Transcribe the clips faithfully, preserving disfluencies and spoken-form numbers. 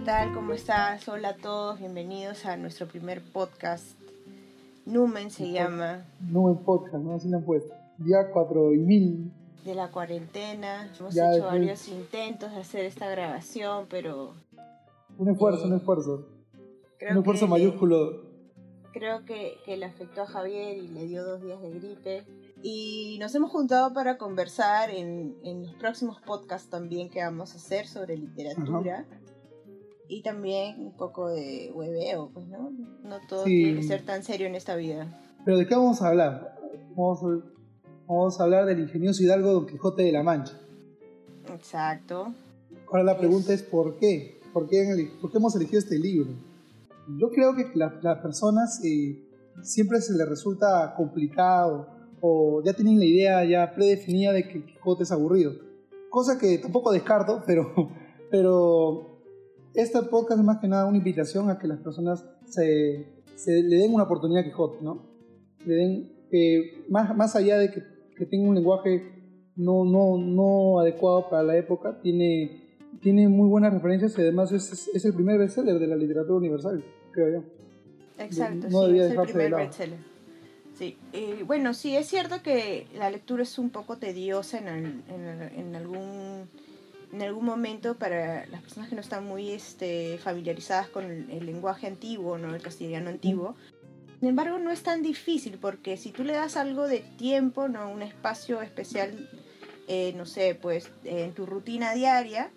tal? ¿Cómo estás? Hola a todos, bienvenidos a nuestro primer podcast. Numen se llama. Numen Podcast, ¿no? Así lo han puesto. Día cuatro y mil. De la cuarentena. Hemos Ya hecho después... varios intentos de hacer esta grabación, pero... Un esfuerzo, eh, un esfuerzo. Creo un esfuerzo que mayúsculo. Le, creo que, que le afectó a Javier y le dio dos días de gripe. Y nos hemos juntado para conversar en, en los próximos podcasts también que vamos a hacer sobre literatura. Ajá. Y también un poco de hueveo, pues, ¿no? No todo sí. Tiene que ser tan serio en esta vida. ¿Pero de qué vamos a hablar? Vamos a, vamos a hablar del ingenioso hidalgo Don Quijote de la Mancha. Exacto. Ahora la pregunta es, es ¿por qué? ¿Por qué, ¿Por qué hemos elegido este libro? Yo creo que las la personas eh, siempre se les resulta complicado o ya tienen la idea ya predefinida de que el Quijote es aburrido. Cosa que tampoco descarto, pero... pero este podcast es más que nada una invitación a que las personas se, se le den una oportunidad a Quijote, ¿no? Le den, eh, más, más allá de que, que tenga un lenguaje no, no, no adecuado para la época, tiene, tiene muy buenas referencias y además es, es, es el primer bestseller de la literatura universal, creo yo. Exacto, no sí, debía es el dejarse primer de lado. bestseller. Sí, eh, bueno, sí, es cierto que la lectura es un poco tediosa en, el, en, el, en algún... en algún momento para las personas que no están muy este, familiarizadas con el, el lenguaje antiguo, ¿no? El castellano antiguo. Sin embargo, no es tan difícil porque si tú le das algo de tiempo, ¿no? Un espacio especial, eh, no sé, pues en tu rutina diaria,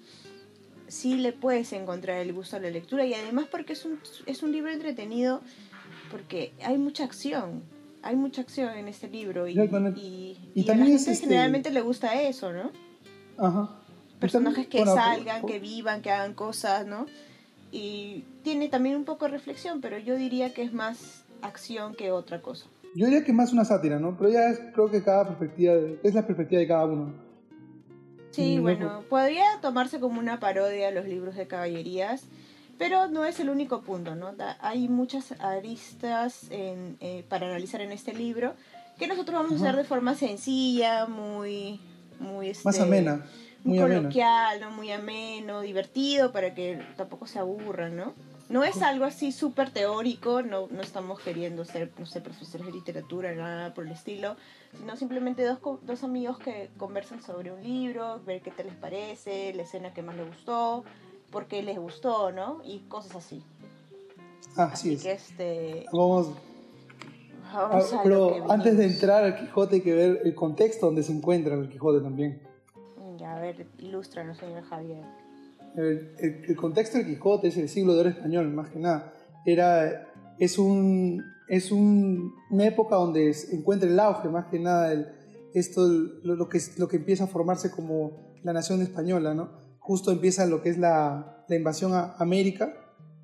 sí le puedes encontrar el gusto a la lectura y además porque es un, es un libro entretenido porque hay mucha acción. Hay mucha acción en este libro y, y, y, y a la gente este... generalmente le gusta eso, ¿no? Ajá. Personajes que bueno, salgan, por, por... que vivan, que hagan cosas, ¿no? Y tiene también un poco de reflexión, pero yo diría que es más acción que otra cosa. Yo diría que más una sátira, ¿no? Pero ya es, creo que cada perspectiva, es la perspectiva de cada uno. Sí, no, bueno, no... podría tomarse como una parodia a los libros de caballerías, pero no es el único punto, ¿no? Hay muchas aristas en, eh, para analizar en este libro que nosotros vamos Ajá. a hacer de forma sencilla, muy... muy este, más amena. Muy, muy coloquial, ¿no? Muy ameno, divertido, para que tampoco se aburran, ¿no? No es algo así súper teórico, no, no estamos queriendo ser, no sé, profesores de literatura, nada por el estilo, sino simplemente dos, dos amigos que conversan sobre un libro, ver qué te les parece, la escena que más les gustó, por qué les gustó, ¿no? Y cosas así. Ah, así sí es. que este... Vamos... Vamos ah, a pero lo que antes de entrar al Quijote hay que ver el contexto donde se encuentra el Quijote también. A ver, ilústranos, señor Javier. El, el, el contexto del Quijote es el siglo de oro español, más que nada. Era, es un, es un, una época donde se encuentra el auge, más que nada, el, esto, lo, lo, que, lo que empieza a formarse como la nación española, ¿no? Justo empieza lo que es la, la invasión a América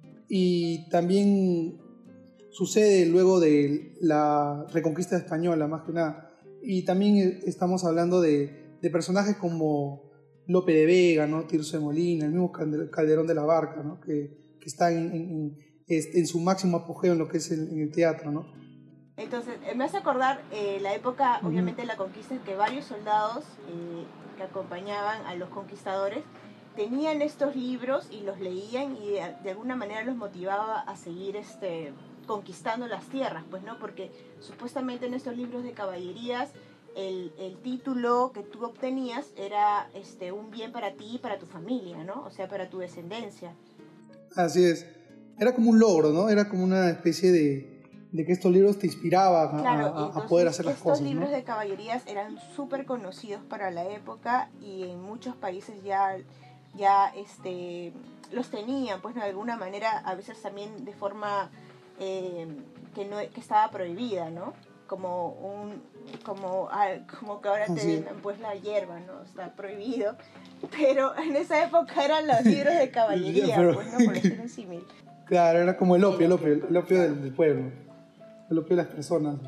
y también sucede luego de la reconquista española, más que nada. Y también estamos hablando de de personajes como Lope de Vega, ¿no? Tirso de Molina, el mismo Calderón de la Barca, ¿no? que, que está en, en, en, en su máximo apogeo en lo que es el, en el teatro, ¿no? Entonces, me hace acordar eh, la época, uh-huh. obviamente, de la conquista, en que varios soldados eh, que acompañaban a los conquistadores tenían estos libros y los leían y de, de alguna manera los motivaba a seguir este, conquistando las tierras, pues, ¿no? Porque supuestamente en estos libros de caballerías El, el título que tú obtenías era este, un bien para ti y para tu familia, ¿no? O sea, para tu descendencia. Así es. Era como un logro, ¿no? Era como una especie de, de que estos libros te inspiraban a, claro, a, entonces, a poder hacer las cosas, estos libros ¿no? de caballerías eran súper conocidos para la época y en muchos países ya, ya este, los tenían, pues, ¿no? De alguna manera, a veces también de forma eh, que, no, que estaba prohibida, ¿no? Como un como como que ahora te vendan pues la hierba, no está prohibido, pero en esa época eran los libros de caballería, pero, pues no, por decir un símil. Claro, era como el opio, el opio, el opio del, del pueblo, el opio de las personas,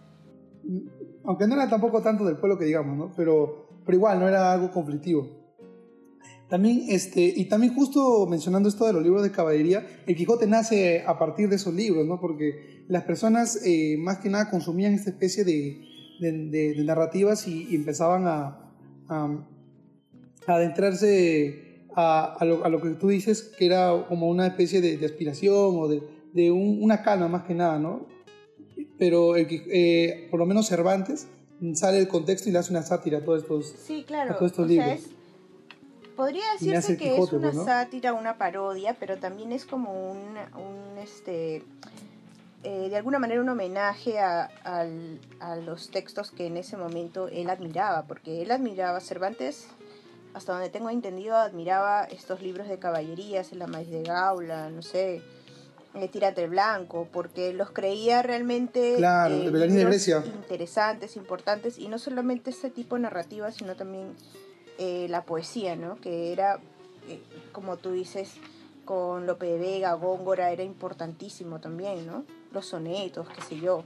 aunque no era tampoco tanto del pueblo que digamos, ¿no? Pero, pero igual no era algo conflictivo. También, este, y también justo mencionando esto de los libros de caballería, el Quijote nace a partir de esos libros, ¿no? Porque las personas eh, más que nada consumían esta especie de, de, de, de narrativas y, y empezaban a, a, a adentrarse a, a, lo, a lo que tú dices, que era como una especie de, de aspiración o de, de un, una calma más que nada, ¿no? Pero el, eh, por lo menos Cervantes sale del contexto y le hace una sátira a todos estos, sí, claro, a todos estos o libros. sea, es, podría Y le hace decirse el que Quijote, es una pues, ¿no? sátira, una parodia, pero también es como un, un este, eh, de alguna manera un homenaje a, a, a los textos que en ese momento él admiraba, porque él admiraba Cervantes, hasta donde tengo entendido, admiraba estos libros de caballerías, el Amadís de Gaula, no sé, eh, Tírate el Blanco, porque los creía realmente Claro, eh, de Belanín de libros Grecia. interesantes, importantes, y no solamente este tipo de narrativa, sino también eh, la poesía, ¿no? Que era, eh, como tú dices, con Lope de Vega, Góngora, era importantísimo también, ¿no? Los sonetos, qué sé yo.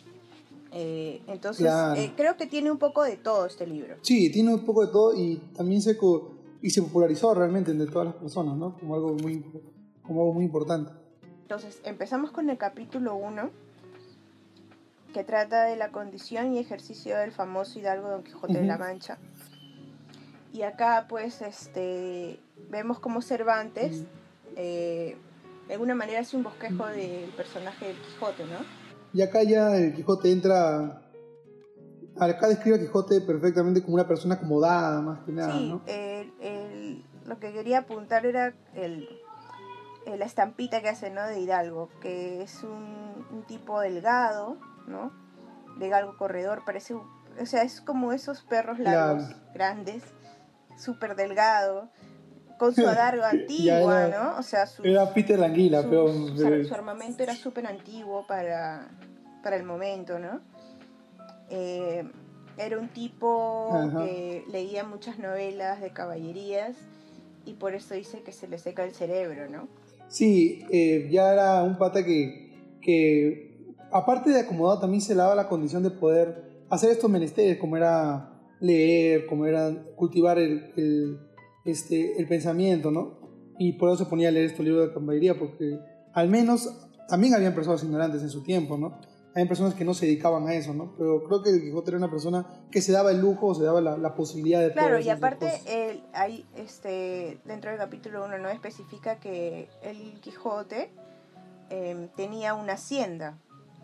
Eh, entonces, Claro. eh, creo que tiene un poco de todo este libro. Sí, tiene un poco de todo y también se, co y se popularizó realmente entre todas las personas, ¿no? Como algo muy, como algo muy importante. Entonces, empezamos con el capítulo uno, que trata de la condición y ejercicio del famoso hidalgo Don Quijote uh-huh. de la Mancha. Y acá, pues, este, vemos como Cervantes, uh-huh. eh, de alguna manera hace un bosquejo del personaje del Quijote, ¿no? Y acá ya el Quijote entra... Acá describe a Quijote perfectamente como una persona acomodada, más que nada, sí, ¿no? el, el, lo que quería apuntar era el, el, la estampita que hace, ¿no? De hidalgo, que es un, un tipo delgado, ¿no? De galgo corredor, parece, o sea, es como esos perros largos, claro. grandes, súper delgado, con su adarga antigua, era, ¿no? O sea, sus, era Peter Languila, sus, pero, su, su armamento era súper antiguo para, para el momento, ¿no? Eh, era un tipo Ajá. que leía muchas novelas de caballerías y por eso dice que se le seca el cerebro, ¿no? Sí, eh, ya era un pata que, que aparte de acomodado también se le daba la condición de poder hacer estos menesteres, como era leer, como era cultivar el, el, este, el pensamiento, ¿no? Y por eso se ponía a leer estos libros de caballería, porque al menos también habían personas ignorantes en su tiempo, ¿no? Hay personas que no se dedicaban a eso, ¿no? Pero creo que el Quijote era una persona que se daba el lujo, se daba la, la posibilidad de claro, poder hacer y aparte el, hay, este, dentro del capítulo uno no especifica que el Quijote eh, tenía una hacienda,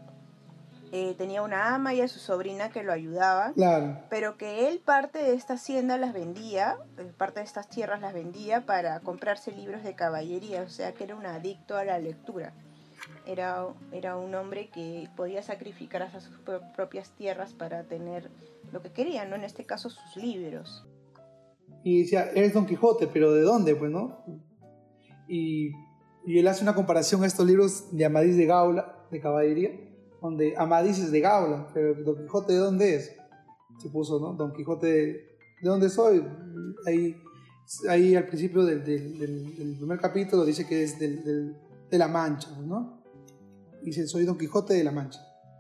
eh, tenía una ama y a su sobrina que lo ayudaba, claro. pero que él parte de esta hacienda las vendía, parte de estas tierras las vendía para comprarse libros de caballería, o sea que era un adicto a la lectura. Era, era un hombre que podía sacrificar hasta sus propias tierras para tener lo que quería, ¿no? En este caso, sus libros. Y decía, eres Don Quijote, pero ¿de dónde? Pues, ¿no? Y, y él hace una comparación a estos libros de Amadís de Gaula, de caballería, donde Amadís es de Gaula, pero Don Quijote, ¿de dónde es? Se puso, ¿no? Don Quijote, ¿de dónde soy? Ahí, ahí al principio del, del, del, del primer capítulo dice que es del, del, de La Mancha, ¿no? Dice, soy Don Quijote de la Mancha.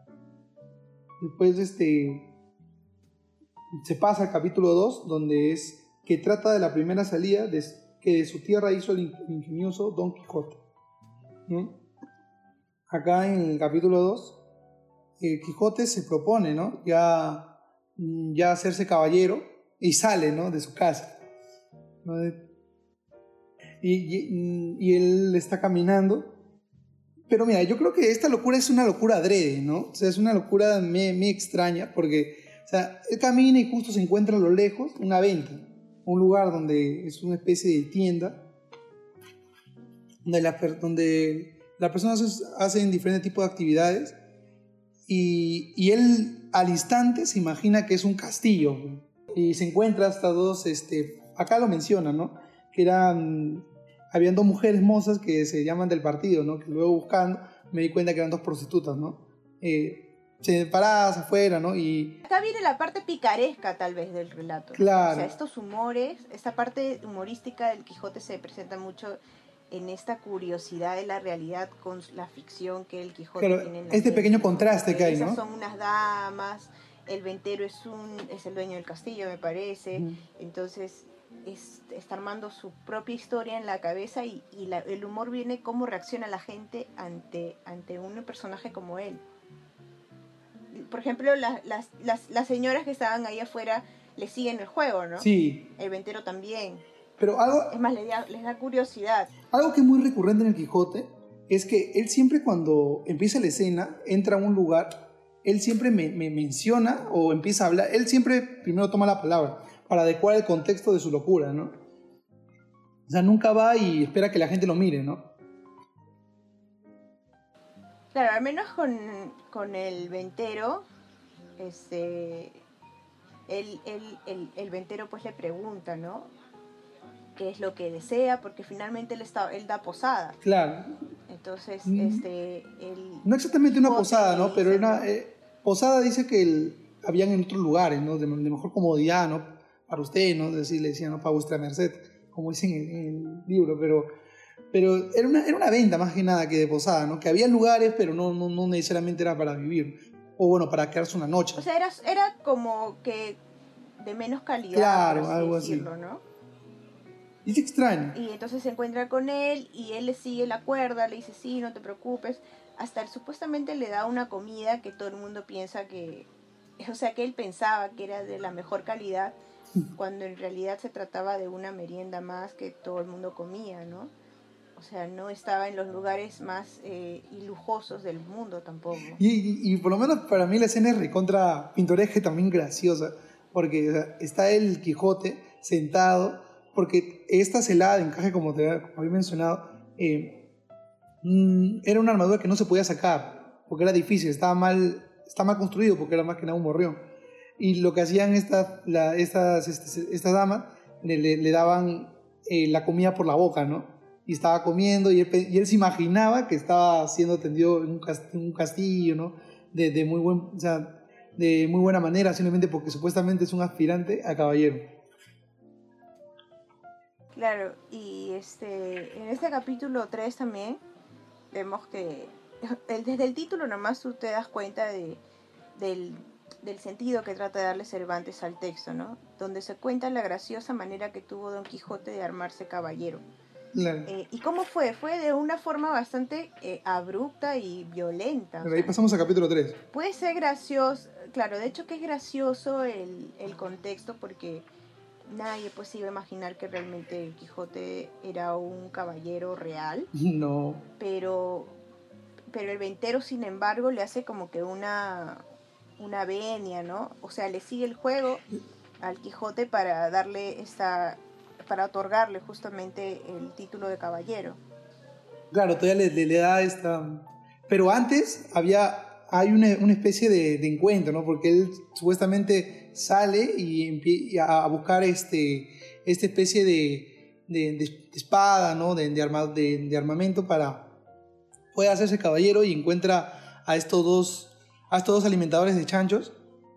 Después este, se pasa al capítulo dos, donde es que trata de la primera salida de, que de su tierra hizo el ingenioso Don Quijote, ¿no? Acá en el capítulo dos, el Quijote se propone, ¿no? ya, ya hacerse caballero y sale, ¿no? de su casa, ¿no? y, y, y él está caminando. Pero mira, yo creo que esta locura es una locura adrede, ¿no? O sea, es una locura muy, muy extraña porque, o sea, él camina y justo se encuentra a lo lejos una venta, un lugar donde es una especie de tienda, donde, la, donde las personas hacen diferentes tipos de actividades y, y él al instante se imagina que es un castillo y se encuentra hasta dos, este, acá lo menciona, ¿no? Que eran... Habían dos mujeres mozas que se llaman del partido, ¿no? Que luego buscando me di cuenta que eran dos prostitutas, ¿no? Eh, se paradas afuera, ¿no? Y acá viene la parte picaresca, tal vez, del relato. Claro. O sea, estos humores, esta parte humorística del Quijote se presenta mucho en esta curiosidad de la realidad con la ficción que el Quijote claro, tiene en la este mente, pequeño ¿no? contraste que hay, ¿no? Esas son unas damas, el ventero es, un, es el dueño del castillo, me parece. Mm. Entonces... Es, está armando su propia historia en la cabeza y, y la, el humor viene cómo reacciona la gente ante, ante un personaje como él. Por ejemplo, las, las, las, las señoras que estaban ahí afuera le siguen el juego, ¿no? Sí. El ventero también. Pero algo, Es más, les da, les da curiosidad. algo que es muy recurrente en el Quijote es que él siempre cuando empieza la escena, entra a un lugar, él siempre me, me menciona o empieza a hablar, él siempre primero toma la palabra para adecuar el contexto de su locura, ¿no? O sea, nunca va y espera que la gente lo mire, ¿no? Claro, al menos con, con el ventero, este, el, el, el, el ventero pues le pregunta, ¿no? Qué es lo que desea, porque finalmente él, está, él da posada. Claro. Entonces, Mm. este, el No exactamente una Quijote posada, ¿no? le Pero dice, una, ¿no? eh, posada dice que el, habían en otros lugares, ¿no? De, de mejor comodidad, ¿no? Para usted, ¿no? Decir, le decían, ¿no? Para vuestra merced, como dicen en, en el libro, pero, pero era, una, era una venta más que nada que de posada, ¿no? Que había lugares, pero no, no, no necesariamente era para vivir, o bueno, para quedarse una noche. O sea, era, era como que de menos calidad, Claro, por así algo decirlo, así. ¿no? Y es extraño. Y entonces se encuentra con él y él le sigue la cuerda, le dice, sí, no te preocupes. Hasta él supuestamente le da una comida que todo el mundo piensa que... O sea, que él pensaba que era de la mejor calidad, cuando en realidad se trataba de una merienda más que todo el mundo comía, ¿no? O sea, no estaba en los lugares más eh, y lujosos del mundo tampoco. Y, y, y por lo menos para mí la escena es recontra pintoresca y también graciosa, porque o sea, está el Quijote sentado, porque esta celada de encaje, como te como había mencionado, eh, mm, era una armadura que no se podía sacar, porque era difícil, estaba mal, estaba mal construido, porque era más que nada un morrión. Y lo que hacían esta, la, estas, estas, estas damas, le, le, le daban eh, la comida por la boca, ¿no? Y estaba comiendo y él, y él se imaginaba que estaba siendo atendido en un castillo, un castillo, ¿no? De, de, muy buen, o sea, de muy buena manera, simplemente porque supuestamente es un aspirante a caballero. Claro, y este en este capítulo tres también vemos que el, desde el título nomás tú te das cuenta de, del, del sentido que trata de darle Cervantes al texto, ¿no? Donde se cuenta la graciosa manera que tuvo Don Quijote de armarse caballero. Claro. Eh, ¿Y cómo fue? Fue de una forma bastante eh, abrupta y violenta. Pero ahí pasamos a capítulo tres. Puede ser gracioso, claro, de hecho que es gracioso el, el contexto porque nadie pues iba a imaginar que realmente el Quijote era un caballero real. No. Pero, pero el ventero, sin embargo, le hace como que una, una venia, ¿no? O sea, le sigue el juego al Quijote para darle esta... para otorgarle justamente el título de caballero. Claro, todavía le, le, le da esta... Pero antes había... Hay una, una especie de, de encuentro, ¿no? Porque él supuestamente sale y empieza a buscar este, esta especie de, de, de espada, ¿no? De, de, arma, de, de armamento para poder hacerse caballero y encuentra a estos dos, a estos dos alimentadores de chanchos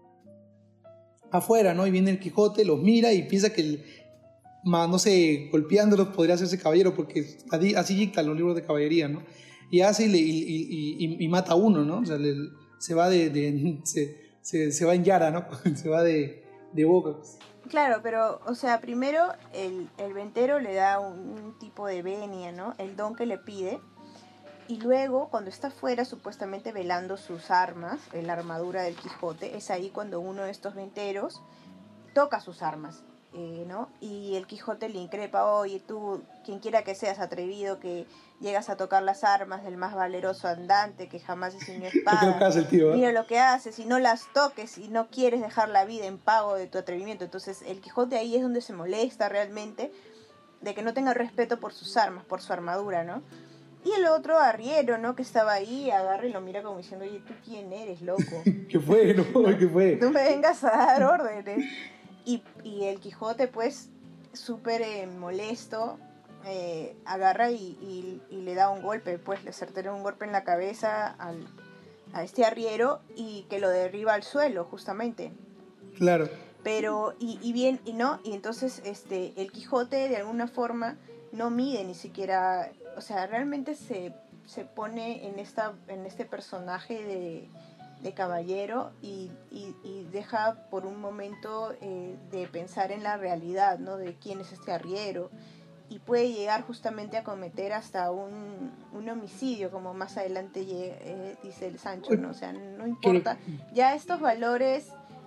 afuera, ¿no? Y viene el Quijote, los mira y piensa que el... no sé, golpeándolos podría hacerse caballero, porque así dictan los libros de caballería, ¿no? Y hace y, le, y, y, y, y mata a uno, ¿no? O sea, le, se va de... de se, se, se, va en Yara, ¿no? Se va de, de boca. Claro, pero, o sea, primero el, el ventero le da un, un tipo de venia, ¿no? El don que le pide. Y luego, cuando está afuera, supuestamente velando sus armas, la armadura del Quijote, es ahí cuando uno de estos venteros toca sus armas. Eh, ¿no? Y el Quijote le increpa, oye, tú, quien quiera que seas atrevido, que llegas a tocar las armas del más valeroso andante, que jamás enseñó espada, lo el tío, ¿eh? Mira lo que haces, y no las toques, y no quieres dejar la vida en pago de tu atrevimiento. Entonces el Quijote ahí es donde se molesta realmente, de que no tenga respeto por sus armas, por su armadura, ¿no? Y el otro arriero, ¿no? Que estaba ahí, agarra y lo mira como diciendo, oye, ¿tú quién eres, loco? ¿Qué fue? No, ¿no? ¿Qué fue? Tú me vengas a dar órdenes. Y, y el Quijote, pues, súper eh, molesto, eh, agarra y, y, y le da un golpe, pues, le certera un golpe en la cabeza al, a este arriero y que lo derriba al suelo, justamente. Claro. Pero, y, y bien, y no, y entonces este, el Quijote de alguna forma no mide ni siquiera, o sea, realmente se, se pone en, esta, en este personaje de... de caballero y, y, y deja por un momento eh, de pensar en la realidad, ¿no? De quién es este arriero y puede llegar justamente a cometer hasta un, un homicidio, como más adelante llega, eh, dice el Sancho, ¿no? O sea, no importa. Ya estos valores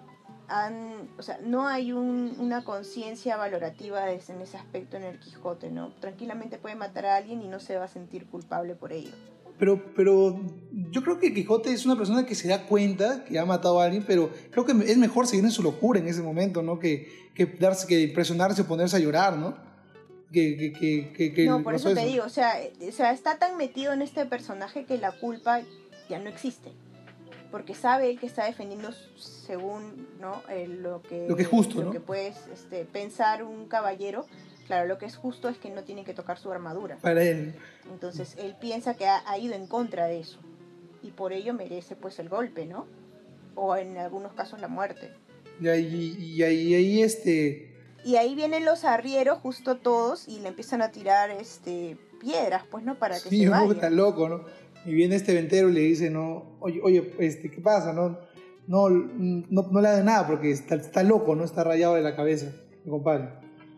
han, o sea, no hay un, una conciencia valorativa en ese aspecto en el Quijote, ¿no? Tranquilamente puede matar a alguien y no se va a sentir culpable por ello. Pero, pero yo creo que Quijote es una persona que se da cuenta que ha matado a alguien, pero creo que es mejor seguir en su locura en ese momento, ¿no? Que, que, darse, que presionarse o ponerse a llorar, ¿no? Que, que, que, que, que no, por eso te eso. digo, o sea, o sea, está tan metido en este personaje que la culpa ya no existe. Porque sabe él que está defendiendo según, ¿no? Eh, lo que, lo que es justo, lo ¿no? que puedes este, pensar un caballero. Claro, lo que es justo es que no tiene que tocar su armadura. Para él. Entonces él piensa que ha, ha ido en contra de eso. Y por ello merece pues el golpe, ¿no? O en algunos casos la muerte. Y ahí, y ahí, y ahí este... Y ahí vienen los arrieros justo todos y le empiezan a tirar este piedras, pues, ¿no? Para que sí, se vaya. Sí, está loco, ¿no? Y viene este ventero y le dice, no, oye, oye este, ¿qué pasa? No, no, no, no le haga nada porque está, está loco, ¿no? Está rayado de la cabeza, mi compadre.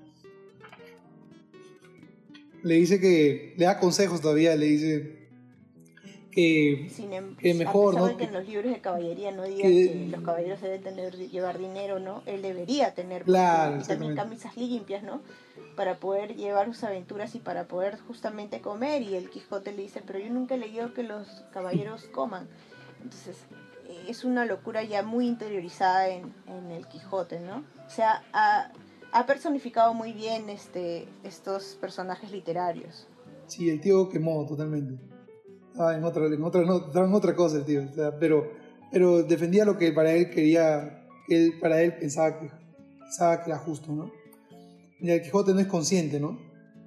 Le dice que, le da consejos todavía, le dice que, Sin em, que mejor, a pesar ¿no? de que en los libros de caballería no digan que, que los caballeros deben tener, llevar dinero, ¿no? Él debería tener, claro, y también camisas limpias, ¿no? Para poder llevar sus aventuras y para poder justamente comer. Y el Quijote le dice, pero yo nunca he leído que los caballeros coman. Entonces, es una locura ya muy interiorizada en, en el Quijote, ¿no? O sea, ha, ha personificado muy bien este, estos personajes literarios. Sí, el tío quemó totalmente. Ah, en otra, en otra, no, en otra cosa el tío, o sea, pero, pero defendía lo que para él quería, que él, para él pensaba que, pensaba que era justo, ¿no? Y el Quijote no es consciente, ¿no?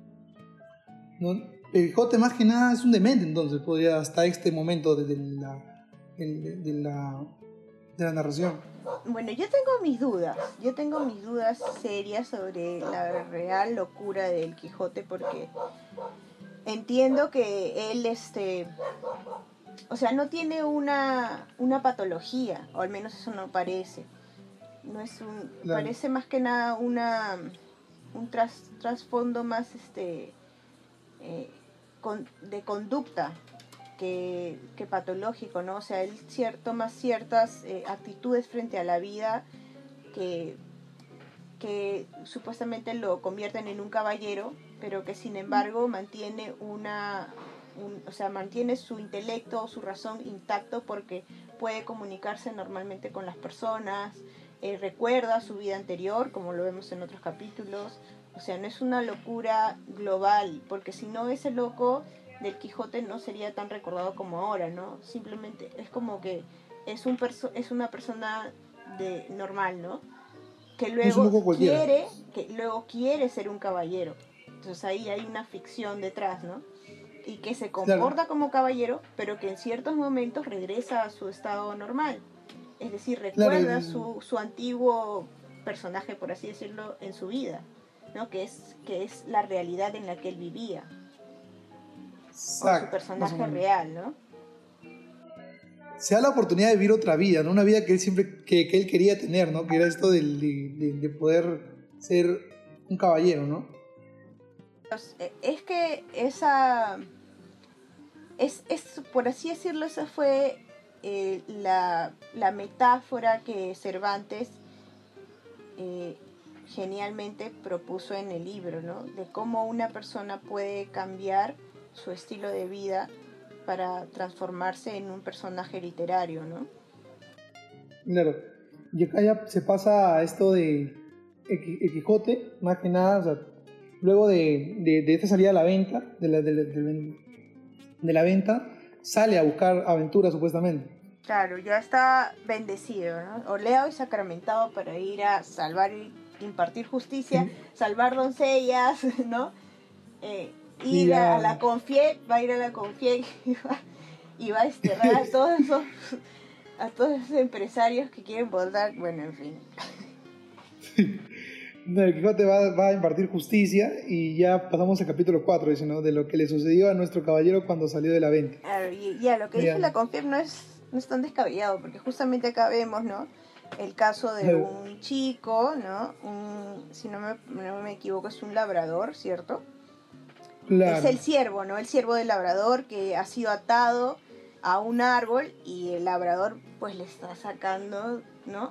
¿no? El Quijote más que nada es un demente, entonces, podría hasta este momento de, de, la, de, de, la, de la narración. Bueno, yo tengo mis dudas, yo tengo mis dudas serias sobre la real locura del Quijote porque entiendo que él, este, o sea, no tiene una, una patología, o al menos eso no parece. No es un, claro. Parece más que nada una, un tras, trasfondo más, este, eh, con, de conducta que, que patológico, ¿no? O sea, él cier, toma ciertas eh, actitudes frente a la vida que, que supuestamente lo convierten en un caballero, pero que sin embargo mantiene una, un, o sea, mantiene su intelecto o su razón intacto porque puede comunicarse normalmente con las personas, eh, recuerda su vida anterior, como lo vemos en otros capítulos. O sea, no es una locura global, porque si no, ese loco del Quijote no sería tan recordado como ahora, ¿no? Simplemente es como que es, un perso- es una persona de normal, ¿no? Que luego quiere, que luego quiere ser un caballero. Entonces ahí hay una ficción detrás, ¿no? Y que se comporta claro. como caballero, pero que en ciertos momentos regresa a su estado normal. Es decir, recuerda claro. su, su antiguo personaje, por así decirlo, en su vida, ¿no? Que es, que es la realidad en la que él vivía. Exacto, o su personaje real, ¿no? Se da la oportunidad de vivir otra vida, ¿no? Una vida que él siempre que, que él quería tener, ¿no? Que era esto de, de, de poder ser un caballero, ¿no? Es que esa es, es por así decirlo, esa fue eh, la, la metáfora que Cervantes eh, genialmente propuso en el libro, ¿no? De cómo una persona puede cambiar su estilo de vida para transformarse en un personaje literario, ¿no? Claro. Y acá ya se pasa a esto de el Quijote, más que nada, o sea, luego de, de, de esta salida a la venta, de la, de, la, de, de la venta, sale a buscar aventuras supuestamente. Claro, ya está bendecido, ¿no? Oleado y sacramentado para ir a salvar y impartir justicia, sí. salvar doncellas, ¿no? Eh, ir sí, a, a la Confiec, va a ir a la Confiec y va, y va a desterrar a todos esos a todos esos empresarios que quieren votar, bueno, en fin. No, el Quijote va, va a impartir justicia y ya pasamos al capítulo cuatro, dice, ¿no? De lo que le sucedió a nuestro caballero cuando salió de la venta. Claro, y ya lo que dice la Confiec no es, no es tan descabellado, porque justamente acá vemos, ¿no? El caso de un chico, ¿no? Un, si no me, no me equivoco, es un labrador, ¿cierto? Claro. Es el ciervo, ¿no? El ciervo del labrador que ha sido atado a un árbol y el labrador pues le está sacando, ¿no?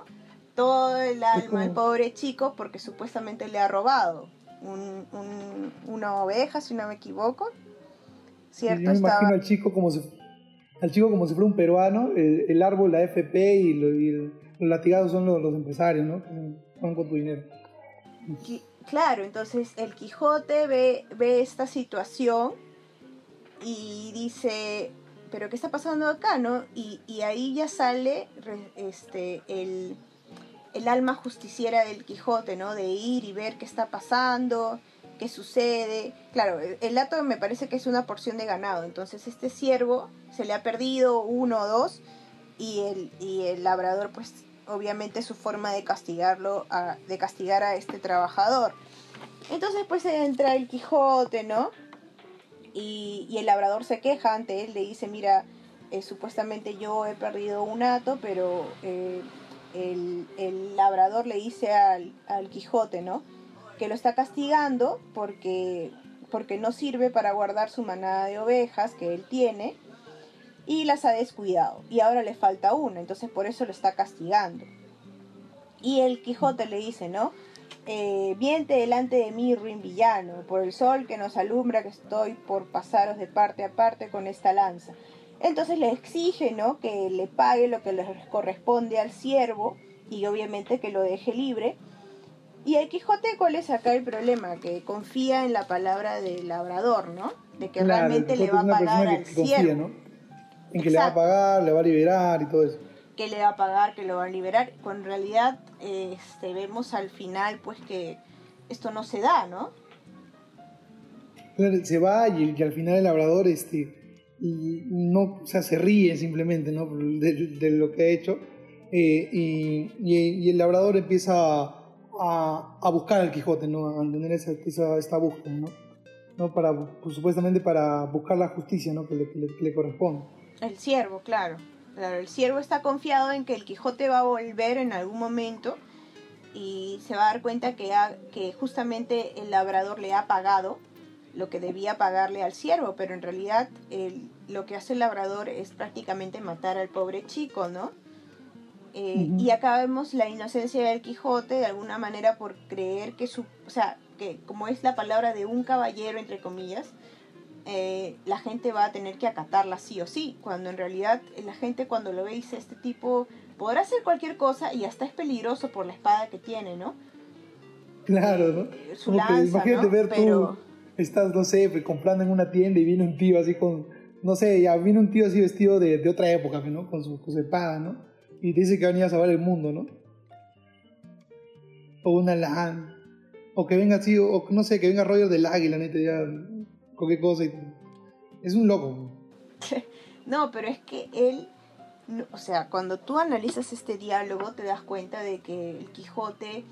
todo el alma como... al pobre chico porque supuestamente le ha robado un, un, una oveja, si no me equivoco. Sí, ¿Cierto? yo me Estaba... imagino al chico como si, al chico como si fuera un peruano, el, el árbol, la A F P y, lo, y el, los latigazos son los, los empresarios, ¿no? Que van con tu dinero. Claro, entonces el Quijote ve, ve esta situación y dice, pero ¿qué está pasando acá, no? Y, y ahí ya sale este, el, el alma justiciera del Quijote, ¿no? De ir y ver qué está pasando, qué sucede. Claro, el hato me parece que es una porción de ganado, entonces este ciervo se le ha perdido uno o dos y el, y el labrador, pues obviamente su forma de castigarlo, a, de castigar a este trabajador. Entonces pues entra el Quijote, ¿no? Y, y el labrador se queja ante él, le dice, mira, eh, supuestamente yo he perdido un hato, pero eh, el, el labrador le dice al, al Quijote, ¿no? Que lo está castigando porque, porque no sirve para guardar su manada de ovejas que él tiene y las ha descuidado. Y ahora le falta una, entonces por eso lo está castigando. Y el Quijote le dice, ¿no? Eh, viente delante de mí, ruin villano, por el sol que nos alumbra que estoy por pasaros de parte a parte con esta lanza. Entonces le exige, ¿no? Que le pague lo que le corresponde al siervo y obviamente que lo deje libre. Y el Quijote, ¿cuál es acá el problema? Que confía en la palabra del labrador, ¿no? De que Claro, realmente le va a pagar al que, que confía, siervo. ¿no? En que Exacto. le va a pagar, le va a liberar y todo eso. Que le va a pagar, que lo va a liberar. Cuando en realidad este, vemos al final pues que esto no se da, ¿no? Se va y, y al final el labrador este, y no, o sea, se ríe simplemente, ¿no? de, de lo que ha hecho eh, y, y, y el labrador empieza a, a buscar al Quijote, ¿no? A tener esa, esa, esta búsqueda, ¿no? ¿no? Para, pues, supuestamente para buscar la justicia, ¿no? que, le, que, le, que le corresponde. El siervo, claro. Claro, el siervo está confiado en que el Quijote va a volver en algún momento y se va a dar cuenta que, ha, que justamente el labrador le ha pagado lo que debía pagarle al siervo, pero en realidad el, lo que hace el labrador es prácticamente matar al pobre chico, ¿no? Eh, uh-huh. Y acá vemos la inocencia del Quijote de alguna manera por creer que su, o sea, que como es la palabra de un caballero entre comillas, eh, la gente va a tener que acatarla sí o sí, cuando en realidad la gente cuando lo ve dice, este tipo podrá hacer cualquier cosa y hasta es peligroso por la espada que tiene, ¿no? Claro, ¿no? Eh, su Como lanza, que, imagínate ¿no? ver Pero... tú, estás, no sé, comprando en una tienda y viene un tío así con, no sé, ya viene un tío así vestido de, de otra época, ¿no? Con su, con su espada, ¿no? Y te dice que va a venir a salvar el mundo, ¿no? O una lan, o que venga así, o no sé, que venga Roger del Águila, ¿no? Y te diga cualquier cosa. Y... es un loco. No, pero es que él, no, o sea, cuando tú analizas este diálogo te das cuenta de que el Quijote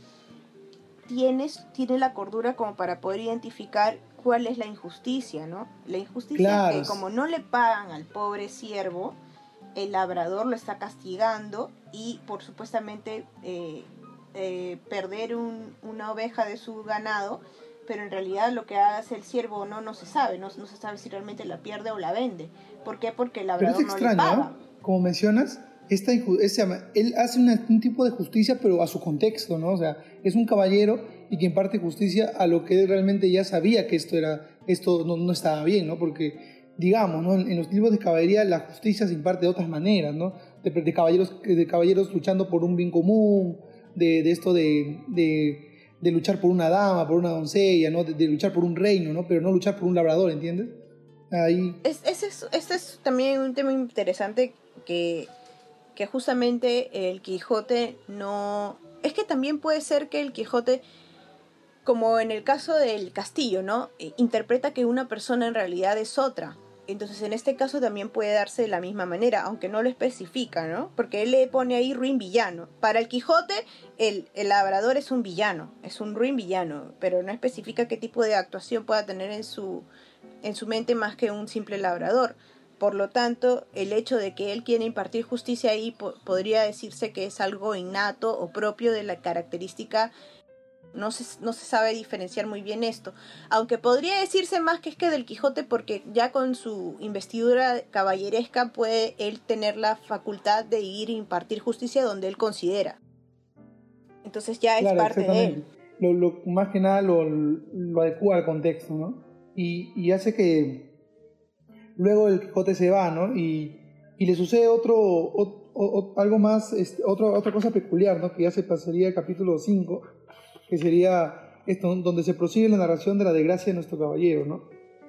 tienes, tiene la cordura como para poder identificar cuál es la injusticia, ¿no? La injusticia claro. Es que como no le pagan al pobre siervo, el labrador lo está castigando y por supuestamente eh, eh, perder un, una oveja de su ganado, pero en realidad lo que hace el siervo o no, no se sabe, no, no se sabe si realmente la pierde o la vende. ¿Por qué? Porque el labrador pero es extraño, no le paga. ¿no? Como mencionas, esta ese, él hace una, un tipo de justicia, pero a su contexto, ¿no? O sea, es un caballero y que imparte justicia a lo que él realmente ya sabía que esto, era, esto no, no estaba bien, ¿no? Porque, digamos, ¿no? En, en los tipos de caballería la justicia se imparte de otras maneras, ¿no? De, de, caballeros, de caballeros luchando por un bien común, de, de esto de, de, de luchar por una dama, por una doncella, ¿no? De, de luchar por un reino, ¿no? Pero no luchar por un labrador, ¿entiendes? Ahí... Es, ese es, este es también un tema interesante que... que justamente el Quijote no... Es que también puede ser que el Quijote, como en el caso del castillo, ¿no? Interpreta que una persona en realidad es otra. Entonces en este caso también puede darse de la misma manera, aunque no lo especifica, ¿no? Porque él le pone ahí ruin villano. Para el Quijote, el, el labrador es un villano, es un ruin villano, pero no especifica qué tipo de actuación pueda tener en su, en su mente más que un simple labrador. Por lo tanto, el hecho de que él quiera impartir justicia ahí po- podría decirse que es algo innato o propio de la característica. No se, no se sabe diferenciar muy bien esto. Aunque podría decirse más que es que del Quijote, porque ya con su investidura caballeresca puede él tener la facultad de ir e impartir justicia donde él considera. Entonces ya es Claro, parte de él. Lo, lo, más que nada lo, lo adecua al contexto, ¿no? Y, y hace que luego el Quijote se va, ¿no? Y, y le sucede otro, o, o, algo más, este, otro, otra cosa peculiar, ¿no? Que ya se pasaría al capítulo cinco, que sería esto, donde se prosigue la narración de la desgracia de nuestro caballero, ¿no?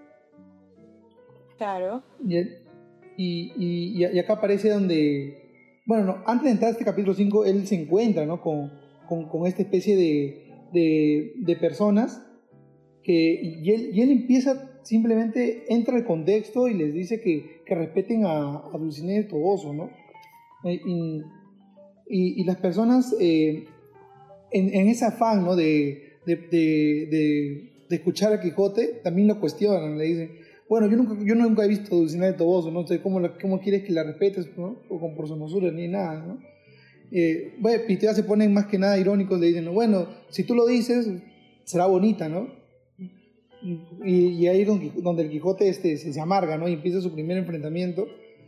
Claro. Y, y, y, y acá aparece donde, bueno, no, antes de entrar a este capítulo cinco, él se encuentra, ¿no? Con, con, con esta especie de, de, de personas que, y, él, y él empieza, simplemente entra al contexto y les dice que, que respeten a, a Dulcinea del Toboso, ¿no? Y, y, y las personas, eh, en, en ese afán, ¿no? de, de, de, de, de escuchar a Quijote, también lo cuestionan, le dicen, bueno, yo nunca, yo nunca he visto a Dulcinea del Toboso, no sé cómo, la, cómo quieres que la respetes, ¿no? O con por su hermosura ni nada, ¿no? Eh, bueno, y ya se ponen más que nada irónicos, le dicen, bueno, si tú lo dices, será bonita, ¿no? Y, y ahí es donde, donde el Quijote este, se, se amarga, ¿no? Y empieza su primer enfrentamiento.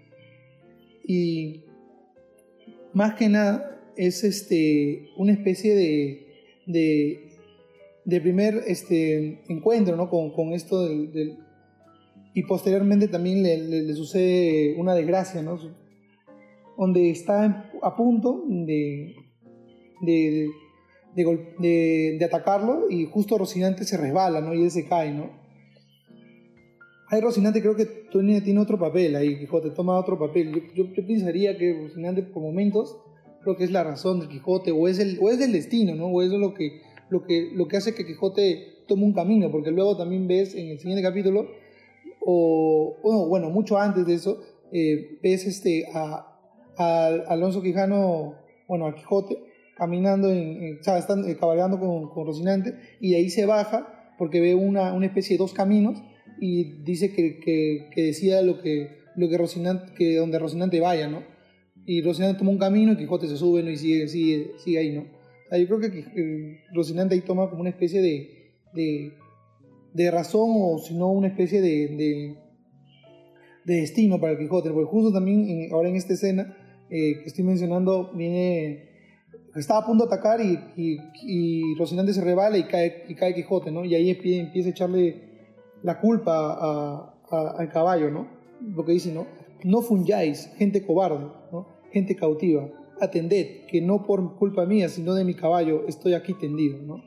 Y más que nada es este, una especie de, de, de primer este, encuentro, ¿no? Con, con esto del, del... Y posteriormente también le, le, le sucede una desgracia, ¿no? Donde está a punto de, de, de, de, de atacarlo y justo Rocinante se resbala, ¿no? Y él se cae, ¿no? Ahí Rocinante creo que tiene, tiene otro papel ahí, Quijote toma otro papel. Yo, yo, yo pensaría que Rocinante por momentos creo que es la razón del Quijote, o es el, o es el destino, ¿no? O es lo que, lo, que, lo que hace que Quijote tome un camino, porque luego también ves en el siguiente capítulo, o, o bueno, mucho antes de eso, eh, ves este, a, a Alonso Quijano, bueno, a Quijote, caminando, en, en, o sea, están eh, cabalgando con, con Rocinante, y de ahí se baja porque ve una, una especie de dos caminos, y dice que, que, que decida lo que, lo que Rocinante, que donde Rocinante vaya, ¿no? Y Rocinante toma un camino y Quijote se sube, ¿no? Y sigue, sigue, sigue ahí, ¿no? O sea, yo creo que eh, Rocinante ahí toma como una especie de, de, de razón, o si no una especie de, de, de destino para el Quijote, porque justo también en, ahora en esta escena eh, que estoy mencionando, viene, está a punto de atacar y, y, y Rocinante se rebala y cae, y cae Quijote, ¿no? Y ahí empieza a echarle la culpa a, a, al caballo, ¿no? Lo que dice, ¿no? No funjáis, gente cobarde, ¿no? Gente cautiva, atended, que no por culpa mía, sino de mi caballo, estoy aquí tendido, ¿no?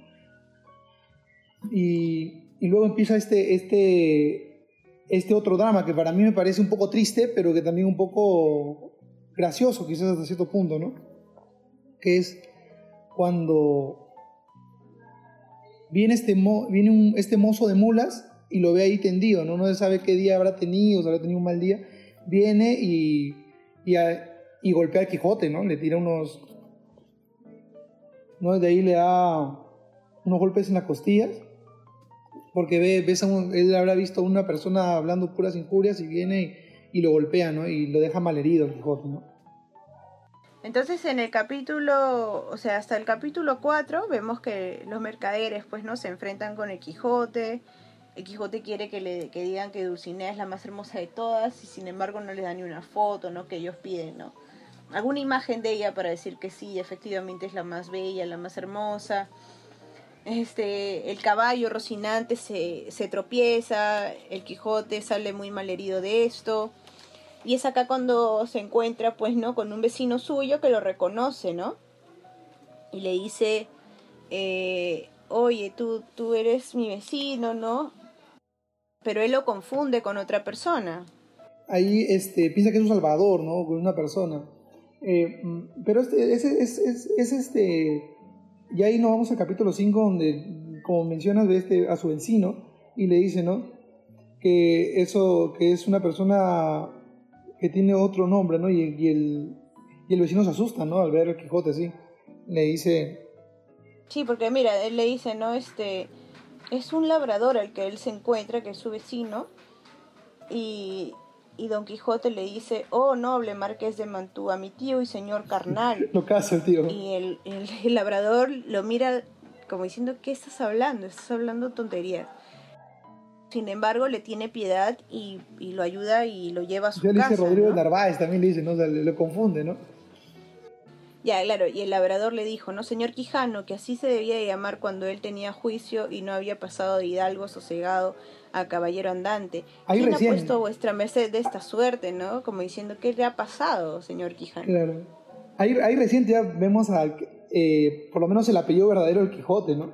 Y, y luego empieza este, este, este otro drama que para mí me parece un poco triste, pero que también un poco gracioso, quizás hasta cierto punto, ¿no? Que es cuando viene este, mo, viene un, este mozo de mulas y lo ve ahí tendido, ¿no? No se sabe qué día habrá tenido, si habrá tenido un mal día. Viene y, y, a, y golpea al Quijote, ¿no? Le tira unos... ¿no? De ahí le da unos golpes en las costillas, porque ve, ves a un, él habrá visto a una persona hablando puras injurias y viene y, y lo golpea, ¿no? Y lo deja malherido al Quijote, ¿no? Entonces en el capítulo, o sea, hasta el capítulo cuatro vemos que los mercaderes pues no se enfrentan con el Quijote. El Quijote quiere que le que digan que Dulcinea es la más hermosa de todas y sin embargo no les da ni una foto, ¿no? Que ellos piden, ¿no? Alguna imagen de ella para decir que sí, efectivamente es la más bella, la más hermosa. Este, el caballo Rocinante se, se tropieza, el Quijote sale muy mal herido de esto. Y es acá cuando se encuentra, pues, ¿no? Con un vecino suyo que lo reconoce, ¿no? Y le dice, eh, oye, tú, tú eres mi vecino, ¿no? Pero él lo confunde con otra persona. Ahí este, piensa que es un salvador, ¿no? Con una persona. Eh, pero este, es, es, es, es este... Y ahí nos vamos al capítulo cinco, donde, como mencionas, ve este, a su vecino y le dice, ¿no? Que eso, que es una persona que tiene otro nombre, ¿no? Y, y, el, y el vecino se asusta, ¿no? Al ver al Quijote así. Le dice... Sí, porque mira, él le dice, ¿no? Este, es un labrador al que él se encuentra, que es su vecino, y, y Don Quijote le dice, oh, noble marqués de Mantua, mi tío y señor carnal. Lo casa el tío. Y el, el, el labrador lo mira como diciendo, ¿qué estás hablando? Estás hablando tonterías. Sin embargo, le tiene piedad y, y lo ayuda y lo lleva a su ya casa. Le dice Rodrigo ¿no? Narváez, también le dice, ¿no? O sea, le, lo confunde, ¿no? Ya, claro, y el labrador le dijo, ¿no? Señor Quijano, que así se debía llamar cuando él tenía juicio y no había pasado de hidalgo sosegado a caballero andante. Ahí ¿Quién ha puesto a recién, vuestra merced de esta suerte, no? Como diciendo, ¿qué le ha pasado, señor Quijano? claro. Ahí, ahí recién ya vemos al, eh, por lo menos el apellido verdadero del Quijote, ¿no?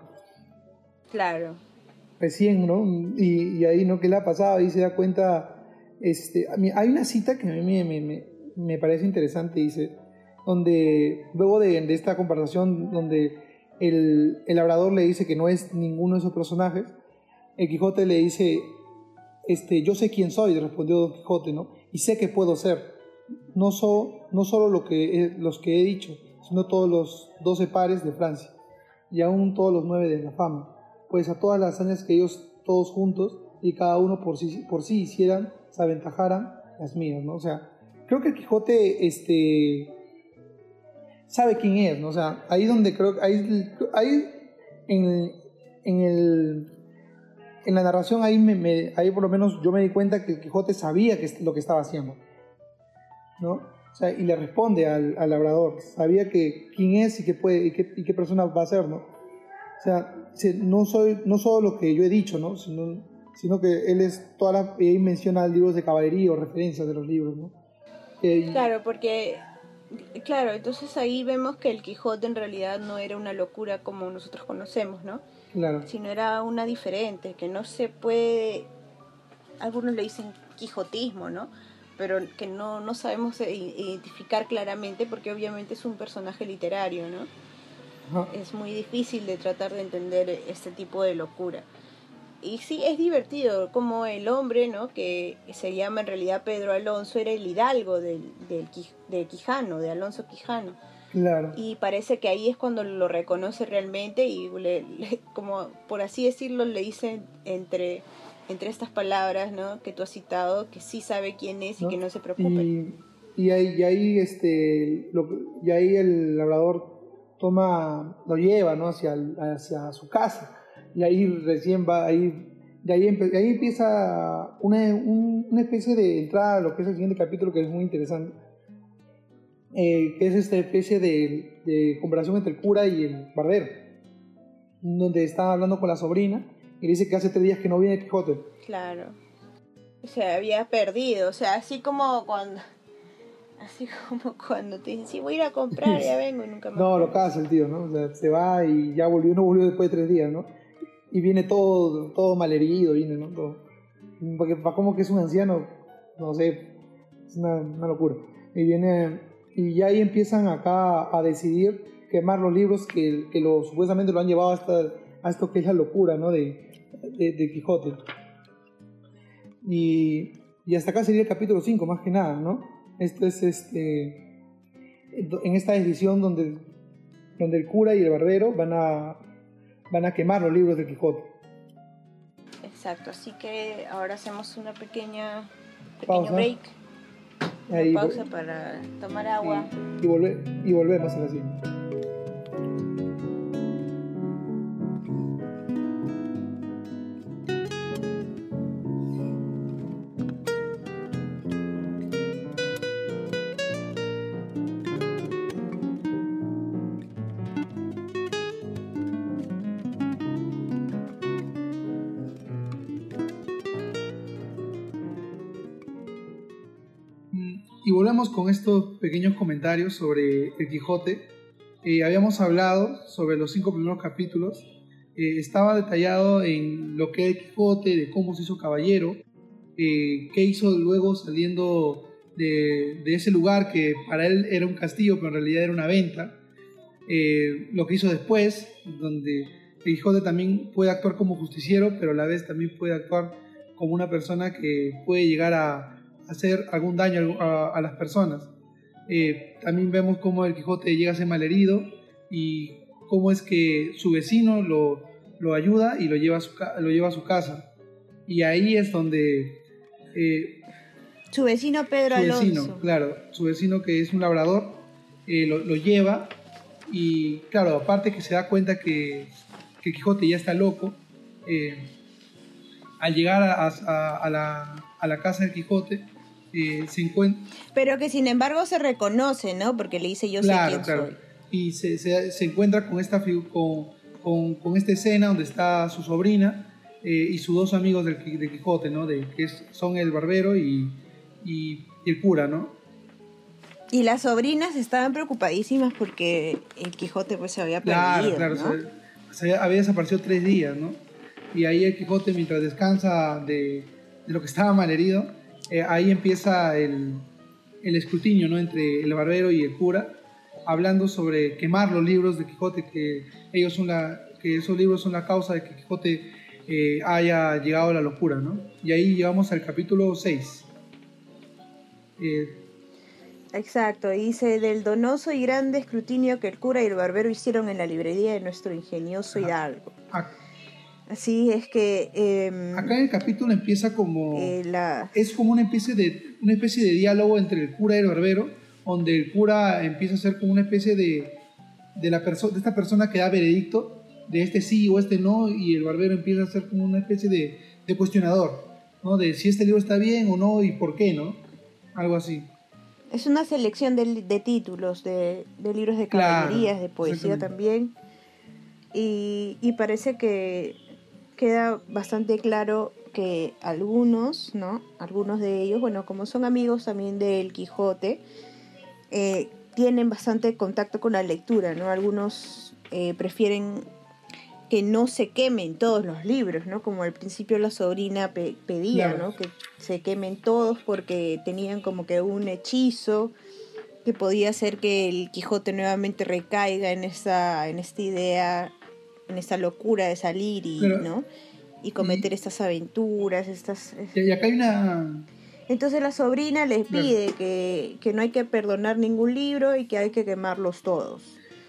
Claro. Recién, ¿no? Y, y ahí, ¿no? ¿Qué le ha pasado? Ahí se da cuenta, este, a mí, hay una cita que a mí me, me, me, me parece interesante, dice, donde, luego de, de esta conversación, donde el, el labrador le dice que no es ninguno de esos personajes, el Quijote le dice, este, yo sé quién soy, respondió Don Quijote, ¿no? Y sé que puedo ser, no, so, no solo lo que he, los que he dicho, sino todos los doce pares de Francia, y aún todos los nueve de la fama, pues a todas las hazañas que ellos todos juntos y cada uno por sí, por sí hicieran, se aventajaran las mías, ¿no? O sea, creo que el Quijote, este, sabe quién es, ¿no? O sea, ahí donde creo que, ahí, ahí en, en el... En la narración ahí, me, me, ahí por lo menos yo me di cuenta que el Quijote sabía que es lo que estaba haciendo, ¿no? O sea, y le responde al, al labrador, sabía que quién es y qué, puede, y qué, y qué persona va a ser, ¿no? O sea, no soy no solo lo que yo he dicho, ¿no? Sino, sino que él es toda la... Y ahí menciona libros de caballería o referencias de los libros, ¿no? Eh, Claro, porque... Claro, entonces ahí vemos que el Quijote en realidad no era una locura como nosotros conocemos, ¿no? claro, Sino era una diferente, que no se puede... Algunos le dicen quijotismo, ¿no? Pero que no, no sabemos identificar claramente porque obviamente es un personaje literario, ¿no? ajá, Es muy difícil de tratar de entender este tipo de locura. Y sí, es divertido como el hombre, ¿no? Que se llama en realidad Pedro Alonso, era el hidalgo del, del, de Quijano, de Alonso Quijano. claro. Y parece que ahí es cuando lo reconoce realmente y le, le, como por así decirlo le dicen entre, entre estas palabras, ¿no? Que tú has citado, que sí sabe quién es y ¿No? que no se preocupe. Y, y, ahí, y, ahí, este, lo, y ahí el labrador toma, lo lleva, ¿no? hacia, hacia su casa. Y ahí recién va, ahí, y ahí, empe, ahí empieza una, un, una especie de entrada a lo que es el siguiente capítulo, que es muy interesante, eh, que es esta especie de, de conversación entre el cura y el barbero, donde está hablando con la sobrina y le dice que hace tres días que no viene Quijote. Claro. Se había perdido, o sea, así como cuando... Así como cuando te dicen, sí, voy a ir a comprar, ya vengo y nunca más. No, lo casa el tío, ¿no? O sea, se va y ya volvió, no volvió después de tres días, ¿no? Y viene todo, todo malherido, viene, ¿no? Todo. Porque para como que es un anciano, no sé, es una, una locura. Y viene, y ya ahí empiezan acá a decidir quemar los libros que, que lo, supuestamente lo han llevado hasta, a esto que es la locura, ¿no? De, de, de Quijote. Y, y hasta acá sería el capítulo cinco, más que nada, ¿no? Esto es este, en esta decisión donde, donde el cura y el barbero van a, van a quemar los libros de Quijote. Exacto, así que ahora hacemos una pequeña pequeño Pausa. break, una Ahí, pausa para tomar agua. Y, y, volve, y volvemos a la siguiente. Y volvemos con estos pequeños comentarios sobre el Quijote. Eh, habíamos hablado sobre los cinco primeros capítulos. Eh, estaba detallado en lo que es el Quijote, de cómo se hizo caballero, eh, qué hizo luego saliendo de, de ese lugar que para él era un castillo, pero en realidad era una venta. Eh, lo que hizo después, donde el Quijote también puede actuar como justiciero, pero a la vez también puede actuar como una persona que puede llegar a hacer algún daño a, a las personas. Eh, también vemos cómo el Quijote llega a ser malherido y cómo es que su vecino lo, lo ayuda y lo lleva, a su, lo lleva a su casa. Y ahí es donde... Eh, su vecino Pedro su Alonso. Vecino, claro, su vecino que es un labrador, eh, lo, lo lleva y claro, aparte que se da cuenta que, que el Quijote ya está loco, eh, al llegar a, a, a, la, a la casa del Quijote, eh, se encuentra... Pero que sin embargo se reconoce, ¿no? Porque le dice yo claro, sé quién claro. soy. Y se, se, se encuentra con esta, con, con, con esta escena donde está su sobrina eh, y sus dos amigos del, de Quijote, ¿no? De, que es, son el barbero y, y, y el cura, ¿no? Y las sobrinas estaban preocupadísimas porque el Quijote pues se había Claro, perdido, claro, ¿no? se, se había, había desaparecido tres días, ¿no? Y ahí el Quijote, mientras descansa de, de lo que estaba malherido, eh, ahí empieza el, el escrutinio, ¿no? Entre el barbero y el cura, hablando sobre quemar los libros de Quijote, que ellos son la, que esos libros son la causa de que Quijote eh, haya llegado a la locura, ¿no? Y ahí llegamos al capítulo seis. Eh, Exacto, dice del donoso y grande escrutinio que el cura y el barbero hicieron en la librería de nuestro ingenioso ajá. hidalgo. A, Así es que... Eh, acá el capítulo empieza como... Eh, la... Es como una especie, de, una especie de diálogo entre el cura y el barbero, donde el cura empieza a ser como una especie de, de, la perso- de esta persona que da veredicto, de este sí o este no, y el barbero empieza a ser como una especie de, de cuestionador, ¿no? De si este libro está bien o no y por qué, ¿no? Algo así. Es una selección de, de títulos, de, de libros de caballerías, Claro, de poesía también. Y, y parece que queda bastante claro que algunos, ¿no? Algunos de ellos, bueno, como son amigos también del Quijote, eh, tienen bastante contacto con la lectura, ¿no? Algunos eh, prefieren que no se quemen todos los libros, ¿no? Como al principio la sobrina pe- pedía, claro. ¿no? Que se quemen todos porque tenían como que un hechizo que podía hacer que el Quijote nuevamente recaiga en esa, en esta idea, en esta locura de salir y, Pero, ¿no? Y cometer y, estas aventuras, estas... y acá hay una... Entonces la sobrina les Claro. pide que, que no hay que perdonar ningún libro y que hay que quemarlos todos.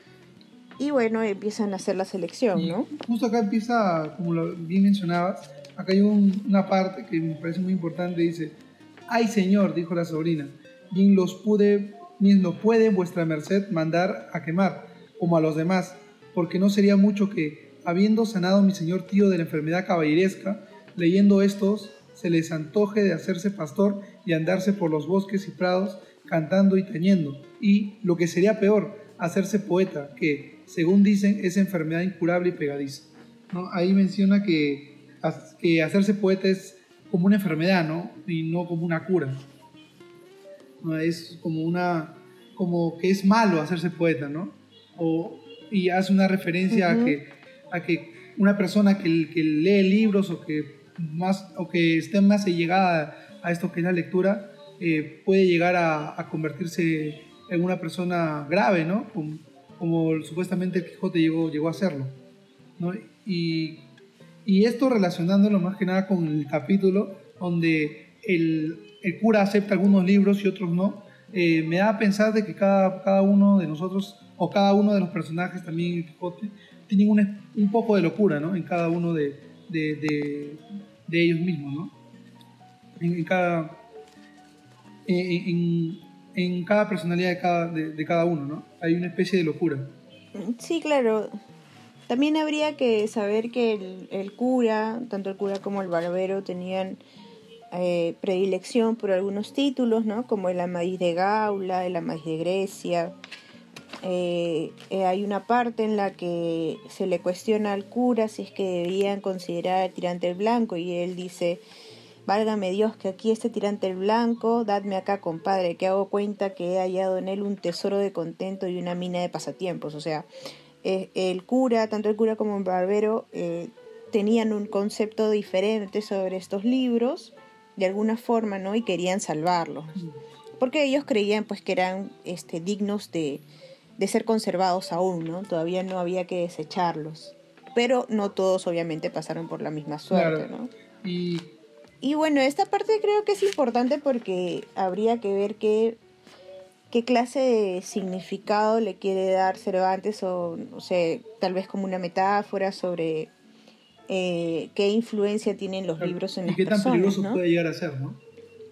Y bueno, empiezan a hacer la selección, Y ¿no? justo acá empieza, como lo bien mencionabas, acá hay un, una parte que me parece muy importante, dice: ay señor, dijo la sobrina, bien los pude, bien lo puede vuestra merced mandar a quemar, como a los demás, porque no sería mucho que, habiendo sanado mi señor tío de la enfermedad caballeresca, leyendo estos, se les antoje de hacerse pastor y andarse por los bosques y prados, cantando y tañendo, y, lo que sería peor, hacerse poeta, que, según dicen, es enfermedad incurable y pegadiza, ¿no? Ahí menciona que, que hacerse poeta es como una enfermedad, ¿no? Y no como una cura, ¿no? Es como una, como que es malo hacerse poeta, ¿no? O, y hace una referencia uh-huh. a, que, a que una persona que, que lee libros o que, más, o que esté más allegada a esto que es la lectura, eh, puede llegar a, a convertirse en una persona grave, ¿no? Como, como supuestamente el Quijote llegó, llegó a hacerlo, ¿no? Y, y esto relacionándolo más que nada con el capítulo donde el, el cura acepta algunos libros y otros no, eh, me da a pensar de que cada, cada uno de nosotros, o cada uno de los personajes también en el Quijote, tienen un, un poco de locura, ¿no? En cada uno de, de, de, de ellos mismos, ¿no? En, en cada... En, en, en cada personalidad de cada, de, de cada uno, ¿no? Hay una especie de locura. Sí, claro. También habría que saber que el, el cura, tanto el cura como el barbero, tenían eh, predilección por algunos títulos, ¿no? Como el Amadís de Gaula, el Amadís de Grecia. Eh, eh, hay una parte en la que se le cuestiona al cura si es que debían considerar al tirante el blanco y él dice: válgame Dios, que aquí este tirante el blanco, dadme acá, compadre, que hago cuenta que he hallado en él un tesoro de contento y una mina de pasatiempos. O sea, eh, el cura, tanto el cura como el barbero, eh, tenían un concepto diferente sobre estos libros, de alguna forma, ¿no? Y querían salvarlos. Porque ellos creían, pues, que eran este, dignos de, de ser conservados aún, ¿no? Todavía no había que desecharlos. Pero no todos, obviamente, pasaron por la misma suerte, claro. ¿no? Y... Y bueno, esta parte creo que es importante porque habría que ver qué, qué clase de significado le quiere dar Cervantes, o, o sea, tal vez como una metáfora sobre eh, qué influencia tienen los claro. libros en y las qué tan personas, peligroso ¿no? puede llegar a ser, ¿no?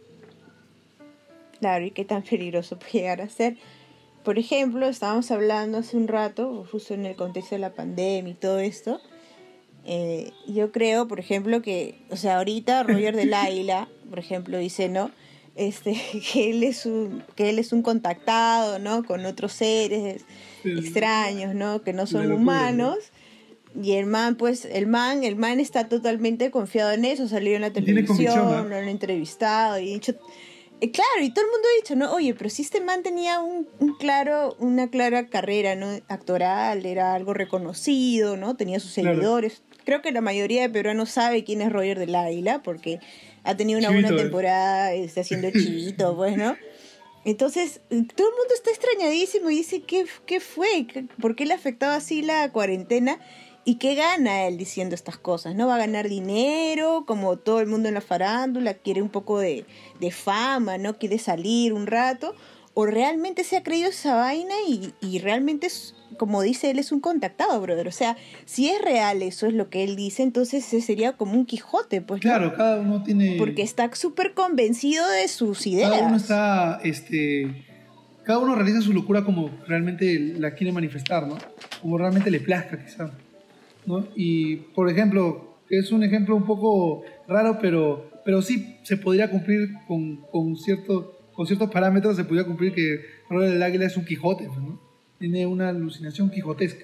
Claro, y qué tan peligroso puede llegar a ser. Por ejemplo, estábamos hablando hace un rato, justo en el contexto de la pandemia y todo esto. Eh, yo creo, por ejemplo, que, o sea, ahorita Roger del Águila, por ejemplo, dice, ¿no? este, que él es un, que él es un contactado, ¿no? Con otros seres Sí. extraños, ¿no? Que no La son locura, humanos. Y el man, pues, el man, el man está totalmente confiado en eso, salió en la Y tiene convicción, televisión, ¿no? lo han entrevistado y dicho, eh, claro, y todo el mundo ha dicho, ¿no? Oye, pero si este man tenía un, un claro, una clara carrera, ¿no? Actoral, era algo reconocido, ¿no? Tenía sus Claro. seguidores. Creo que la mayoría de peruanos sabe quién es Roger del Águila, porque ha tenido una Chivito, buena ¿eh? temporada este, haciendo Chivito, pues, ¿no? Entonces, todo el mundo está extrañadísimo y dice, ¿qué, qué fue? ¿Por qué le afectaba así la cuarentena? ¿Y qué gana él diciendo estas cosas? ¿No va a ganar dinero, como todo el mundo en la farándula? ¿Quiere un poco de, de fama, no? ¿Quiere salir un rato? ¿O realmente se ha creído esa vaina y, y realmente, es, como dice él, es un contactado, brother? O sea, si es real eso es lo que él dice, entonces ese sería como un Quijote, pues, ¿no? Claro, cada uno Porque tiene... está súper convencido de sus ideas. Cada uno está, este... Cada uno realiza su locura como realmente la quiere manifestar, ¿no? Como realmente le plazca, quizá, ¿no? Y, por ejemplo, es un ejemplo un poco raro, pero, pero sí se podría cumplir con, con, cierto, con ciertos parámetros, se podría cumplir que Roger del Águila es un Quijote, ¿no? Tiene una alucinación quijotesca.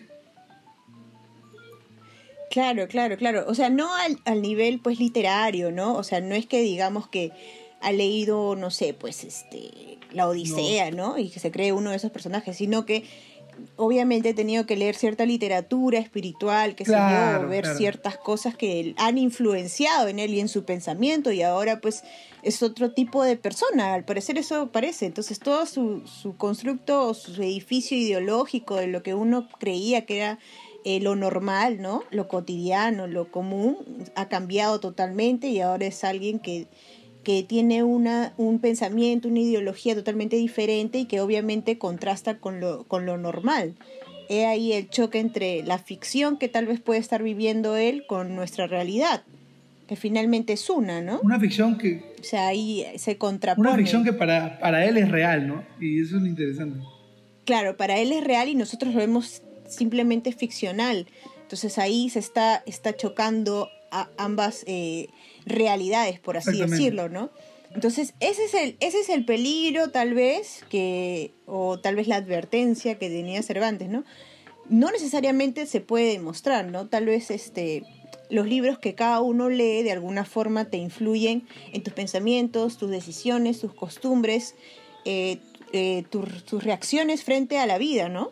Claro, claro, claro. O sea, no al, al nivel pues literario, ¿no? O sea, no es que digamos que ha leído, no sé, pues este la Odisea, No. ¿no? Y que se cree uno de esos personajes, sino que obviamente he tenido que leer cierta literatura espiritual, qué sé yo, o Claro, ver claro. ciertas cosas que han influenciado en él y en su pensamiento, y ahora pues es otro tipo de persona, al parecer eso parece. Entonces todo su, su constructo, su edificio ideológico de lo que uno creía que era eh, lo normal, ¿no? Lo cotidiano, lo común, ha cambiado totalmente y ahora es alguien que que tiene una, un pensamiento, una ideología totalmente diferente y que obviamente contrasta con lo, con lo normal. He ahí el choque entre la ficción que tal vez puede estar viviendo él con nuestra realidad, que finalmente es una, ¿no? Una ficción que... O sea, ahí se Una contrapone. ficción que para, para él es real, ¿no? Y eso es lo interesante. Claro, para él es real y nosotros lo vemos simplemente ficcional. Entonces ahí se está, está chocando a ambas eh, realidades, por así decirlo, ¿no? Entonces ese es el, ese es el peligro tal vez, que, o tal vez la advertencia que tenía Cervantes, ¿no? No necesariamente se puede demostrar, ¿no? Tal vez este, los libros que cada uno lee de alguna forma te influyen en tus pensamientos, tus decisiones, tus costumbres, eh, eh, tus, tus reacciones frente a la vida, ¿no?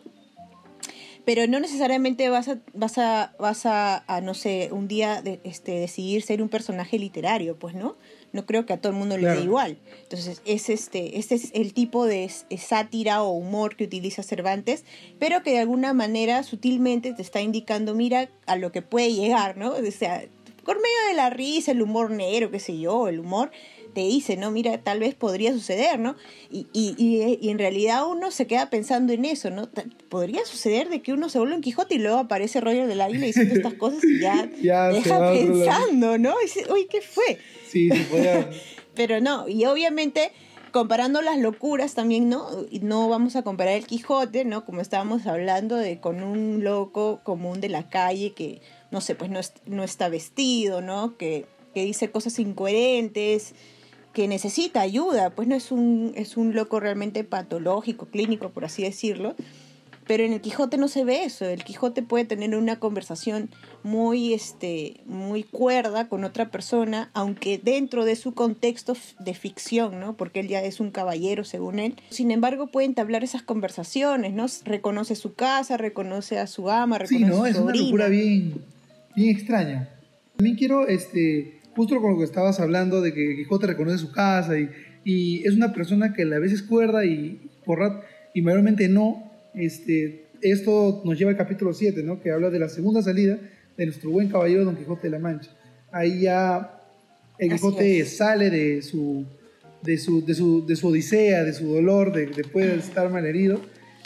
Pero no necesariamente vas a, vas a, vas a, a no sé, un día de, este, decidir ser un personaje literario, pues, ¿no? No creo que a todo el mundo le Claro. dé igual. Entonces, es este, este es el tipo de sátira o humor que utiliza Cervantes, pero que de alguna manera sutilmente te está indicando, mira, a lo que puede llegar, ¿no? O sea, por medio de la risa, el humor negro, qué sé yo, el humor te dice, ¿no? Mira, tal vez podría suceder, ¿no? Y, y, y, y en realidad uno se queda pensando en eso, ¿no? Podría suceder de que uno se vuelve un Quijote y luego aparece Roger del Águila diciendo estas cosas y ya, ya te deja pensando, ¿no? Y dice, uy, ¿qué fue? Sí, sí, podía... Pero no, y obviamente comparando las locuras también, ¿no? No vamos a comparar el Quijote, ¿no? Como estábamos hablando, de con un loco común de la calle que, no sé, pues no, es, no está vestido, ¿no? Que, que dice cosas incoherentes, que necesita ayuda, pues no es un, es un loco realmente patológico, clínico, por así decirlo. Pero en el Quijote no se ve eso. El Quijote puede tener una conversación muy, este, muy cuerda con otra persona, aunque dentro de su contexto de ficción, ¿no? Porque él ya es un caballero, según él. Sin embargo, puede entablar esas conversaciones, ¿no? Reconoce su casa, reconoce a su ama, reconoce sí, ¿no? a su Es sobrina. una locura bien, bien extraña. También quiero, este, justo con lo que estabas hablando, de que Quijote reconoce su casa y, y es una persona que a veces cuerda y, porra, y mayormente no. Este, esto nos lleva al capítulo siete, ¿no? Que habla de la segunda salida de nuestro buen caballero Don Quijote de la Mancha. Ahí ya el Quijote sale de su, de, su, de, su, de su odisea, de su dolor, de, después de estar malherido,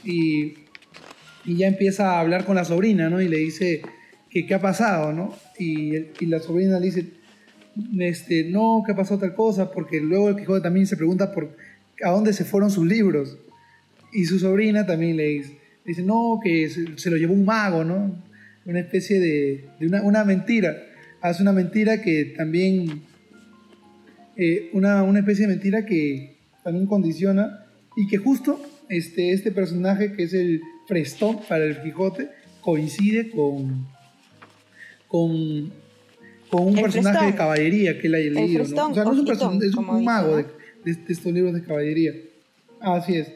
y, y ya empieza a hablar con la sobrina, ¿no? Y le dice que qué ha pasado, ¿no? Y, y la sobrina le dice, este, no, ¿qué ha pasado tal cosa? Porque luego el Quijote también se pregunta por a dónde se fueron sus libros. Y su sobrina también le dice, le dice no, que se, se lo llevó un mago, ¿no? Una especie de, de una, una mentira. Hace una mentira que también eh, una, una especie de mentira que también condiciona y que justo este, este personaje que es el Frestón para el Quijote coincide con, con, con un El personaje Frestón. de caballería que él haya leído, Frestón, ¿no? O sea, no es un, Ojitón, person- es como un dice, mago ¿no? de, de, de estos libros de caballería. Así es.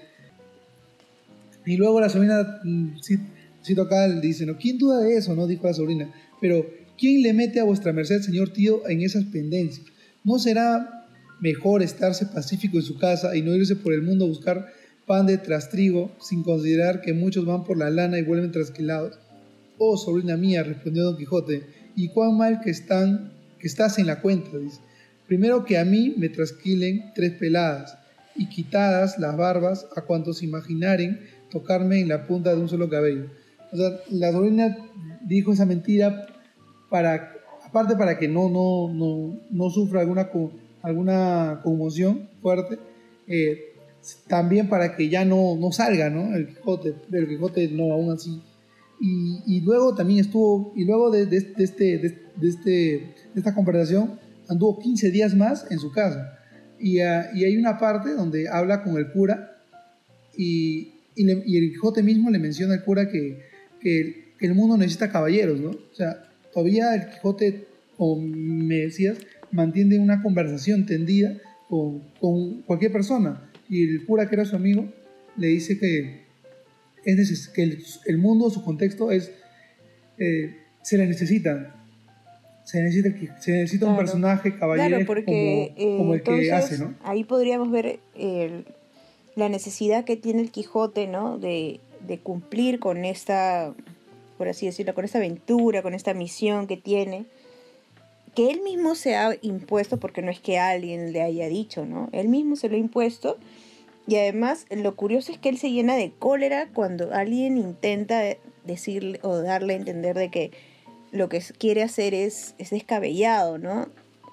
Y luego la sobrina, mm, sí, cito acá, dice, ¿no? ¿Quién duda de eso? ¿No? Dijo la sobrina. Pero, ¿quién le mete a vuestra merced, señor tío, en esas pendencias? ¿No será mejor estarse pacífico en su casa y no irse por el mundo a buscar pan de tras trigo, sin considerar que muchos van por la lana y vuelven trasquilados? Oh, sobrina mía, respondió Don Quijote, y cuán mal que están, que estás en la cuenta, dice. Primero que a mí me trasquilen tres peladas, y quitadas las barbas a cuantos imaginaren tocarme en la punta de un solo cabello. O sea, la sobrina dijo esa mentira para, aparte para que no, no, no, no sufra alguna, alguna conmoción fuerte, eh, también para que ya no, no salga, ¿no? El Quijote, el Quijote no, aún así. Y, y luego también estuvo, y luego de, de, de, este, de, de, este, de esta conversación, anduvo quince días más en su casa. Y, uh, y hay una parte donde habla con el cura y, y, le, y el Quijote mismo le menciona al cura que, que, que el mundo necesita caballeros, ¿no? O sea, todavía el Quijote, como me decías, mantiene una conversación tendida con, con cualquier persona. Y el cura, que era su amigo, le dice que, es neces- que el, el mundo, su contexto, es eh, se le necesita. Se necesita, se necesita un Claro. personaje caballeresco Claro, porque como, como eh, el que entonces hace, ¿no? ahí podríamos ver el, la necesidad que tiene el Quijote, ¿no? De, de cumplir con esta, por así decirlo, con esta aventura, con esta misión que tiene, que él mismo se ha impuesto, porque no es que alguien le haya dicho, ¿no? Él mismo se lo ha impuesto. Y además, lo curioso es que él se llena de cólera cuando alguien intenta decirle o darle a entender de que lo que quiere hacer es, es descabellado, ¿no?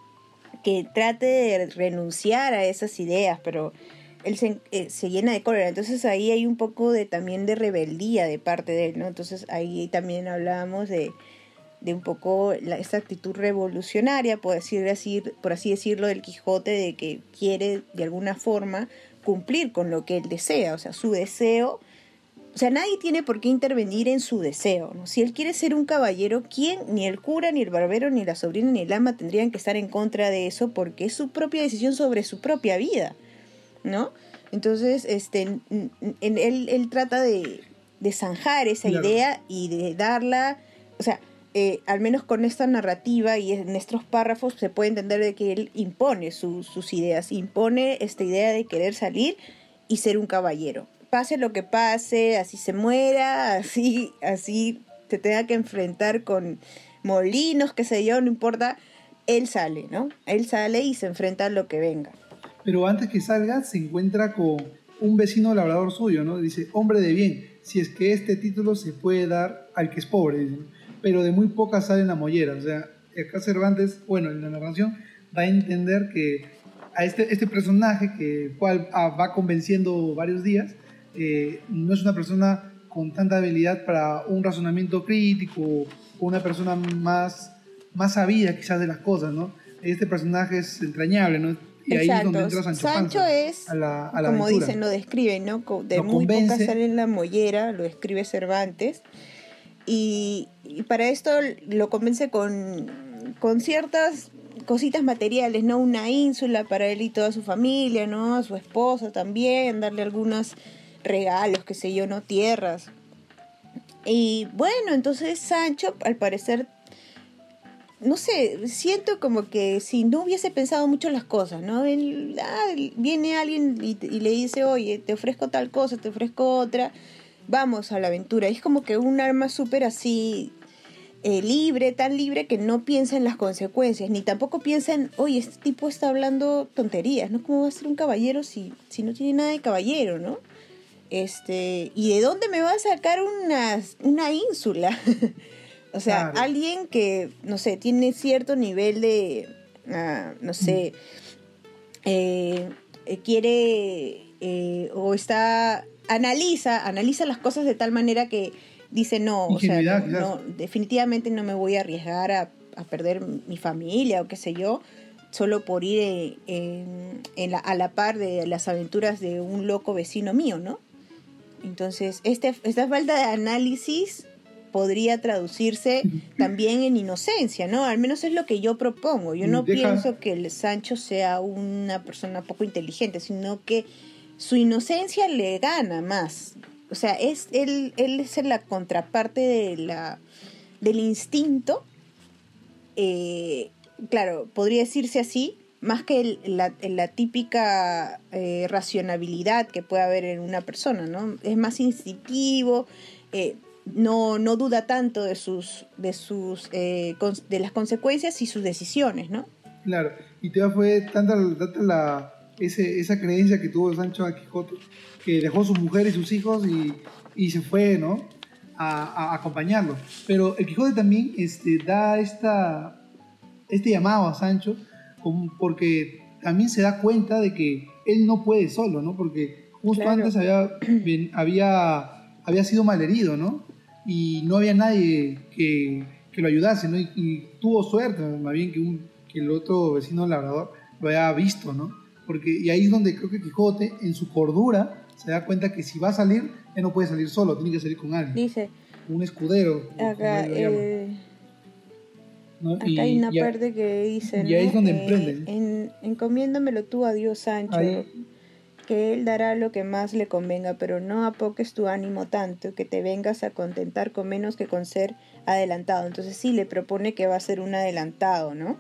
Que trate de renunciar a esas ideas, pero él se, eh, se llena de cólera. Entonces ahí hay un poco de también de rebeldía de parte de él, ¿no? Entonces ahí también hablábamos de, de un poco la, esta actitud revolucionaria, por decir así, por así decirlo, del Quijote, de que quiere de alguna forma cumplir con lo que él desea, o sea, su deseo. O sea, nadie tiene por qué intervenir en su deseo, ¿no? Si él quiere ser un caballero, ¿quién? Ni el cura, ni el barbero, ni la sobrina, ni el ama tendrían que estar en contra de eso, porque es su propia decisión sobre su propia vida, ¿no? Entonces, este, en, en, él, él trata de, de zanjar esa Claro. idea y de darla, o sea, eh, al menos con esta narrativa y en estos párrafos se puede entender de que él impone su, sus ideas, impone esta idea de querer salir y ser un caballero. Pase lo que pase, así se muera, así, así se tenga que enfrentar con molinos, qué sé yo, no importa, él sale, ¿no? Él sale y se enfrenta a lo que venga. Pero antes que salga se encuentra con un vecino labrador suyo, ¿no? Dice, hombre de bien, si es que este título se puede dar al que es pobre, dice, pero de muy pocas salen la mollera. O sea, acá Cervantes, bueno, en la narración da a entender que a este, este personaje, que el cual ah, va convenciendo varios días, eh, no es una persona con tanta habilidad para un razonamiento crítico o una persona más, más sabida quizás de las cosas, ¿no? Este personaje es entrañable, ¿no? Y ahí es donde entra Sancho, Sancho Panza es, a la, a la como aventura. dicen, lo describen, ¿no? De Lo muy convence. pocas salen la mollera, lo escribe Cervantes. Y, y para esto lo convence con, con ciertas cositas materiales, ¿no? Una ínsula para él y toda su familia, ¿no? A su esposa también, darle algunos regalos, qué sé yo, ¿no? Tierras. Y bueno, entonces Sancho, al parecer, no sé, siento como que si no hubiese pensado mucho las cosas, ¿no? Él, ah, viene alguien y, y le dice, oye, te ofrezco tal cosa, te ofrezco otra, vamos a la aventura. Es como que un arma súper así, eh, libre, tan libre que no piensa en las consecuencias, ni tampoco piensa en, oye, este tipo está hablando tonterías, ¿no? ¿Cómo va a ser un caballero si, si no tiene nada de caballero, ¿no? Este, ¿y de dónde me va a sacar una, una ínsula? O sea, Claro. alguien que, no sé, tiene cierto nivel de, uh, no sé, eh, eh, quiere eh, o está, analiza, analiza las cosas de tal manera que dice, no, o sea, no, no, definitivamente no me voy a arriesgar a, a perder mi familia o qué sé yo, solo por ir en, en, en la, a la par de las aventuras de un loco vecino mío, ¿no? Entonces, este, esta falta de análisis podría traducirse también en inocencia, ¿no? Al menos es lo que yo propongo. Yo no Deja... pienso que el Sancho sea una persona poco inteligente, sino que su inocencia le gana más. O sea, es él, él es la contraparte de la, del instinto. Eh, claro, podría decirse así, más que el, la, la típica eh, racionalidad que puede haber en una persona, ¿no? Es más instintivo, eh, no, no duda tanto de sus, de sus eh, cons- de las consecuencias y sus decisiones, ¿no? Claro, y te fue tanta, tanta la, ese, esa creencia que tuvo Sancho a Quijote, que dejó a su mujer y sus hijos y, y se fue, ¿no? A, a acompañarlo. Pero el Quijote también este, da esta, este llamado a Sancho como porque también se da cuenta de que él no puede solo, ¿no? Porque justo Claro. antes había, había, había sido malherido, ¿no? Y no había nadie que, que lo ayudase, ¿no? Y, y tuvo suerte, más bien que, un, que el otro vecino labrador lo haya visto, ¿no? Porque, y ahí es donde creo que Quijote, en su cordura, se da cuenta que si va a salir, él no puede salir solo, tiene que salir con alguien. Dice, un escudero, acá, como él lo llama. eh, ¿No? acá Y, hay una y a- parte que dice, y ahí ¿no? es donde Eh, emprenden. en, encomiéndamelo tú a Dios, Sancho, Ahí, que él dará lo que más le convenga, pero no apoques tu ánimo tanto, que te vengas a contentar con menos que con ser adelantado. Entonces sí, le propone que va a ser un adelantado, ¿no?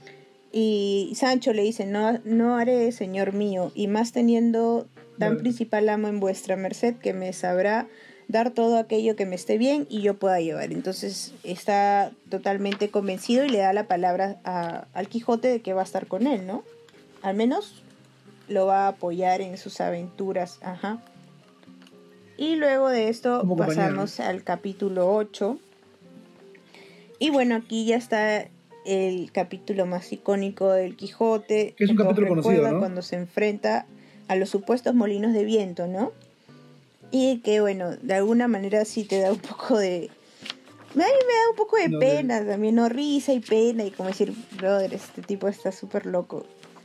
Y Sancho le dice, no, no haré, señor mío, y más teniendo tan claro. principal amo en vuestra merced, que me sabrá dar todo aquello que me esté bien y yo pueda llevar. Entonces está totalmente convencido y le da la palabra a, al Quijote de que va a estar con él, ¿no? Al menos lo va a apoyar en sus aventuras, ajá. Y luego de esto Como compañero, pasamos al capítulo ocho. Y bueno, aquí ya está el capítulo más icónico del Quijote. que es un Todos capítulo conocido, recuerdan ¿no? cuando se enfrenta a los supuestos molinos de viento, ¿no? Y que bueno, de alguna manera sí te da un poco de... A mí me da un poco de No, pena también, ¿no? Risa y pena y como decir, brother, este tipo está súper loco.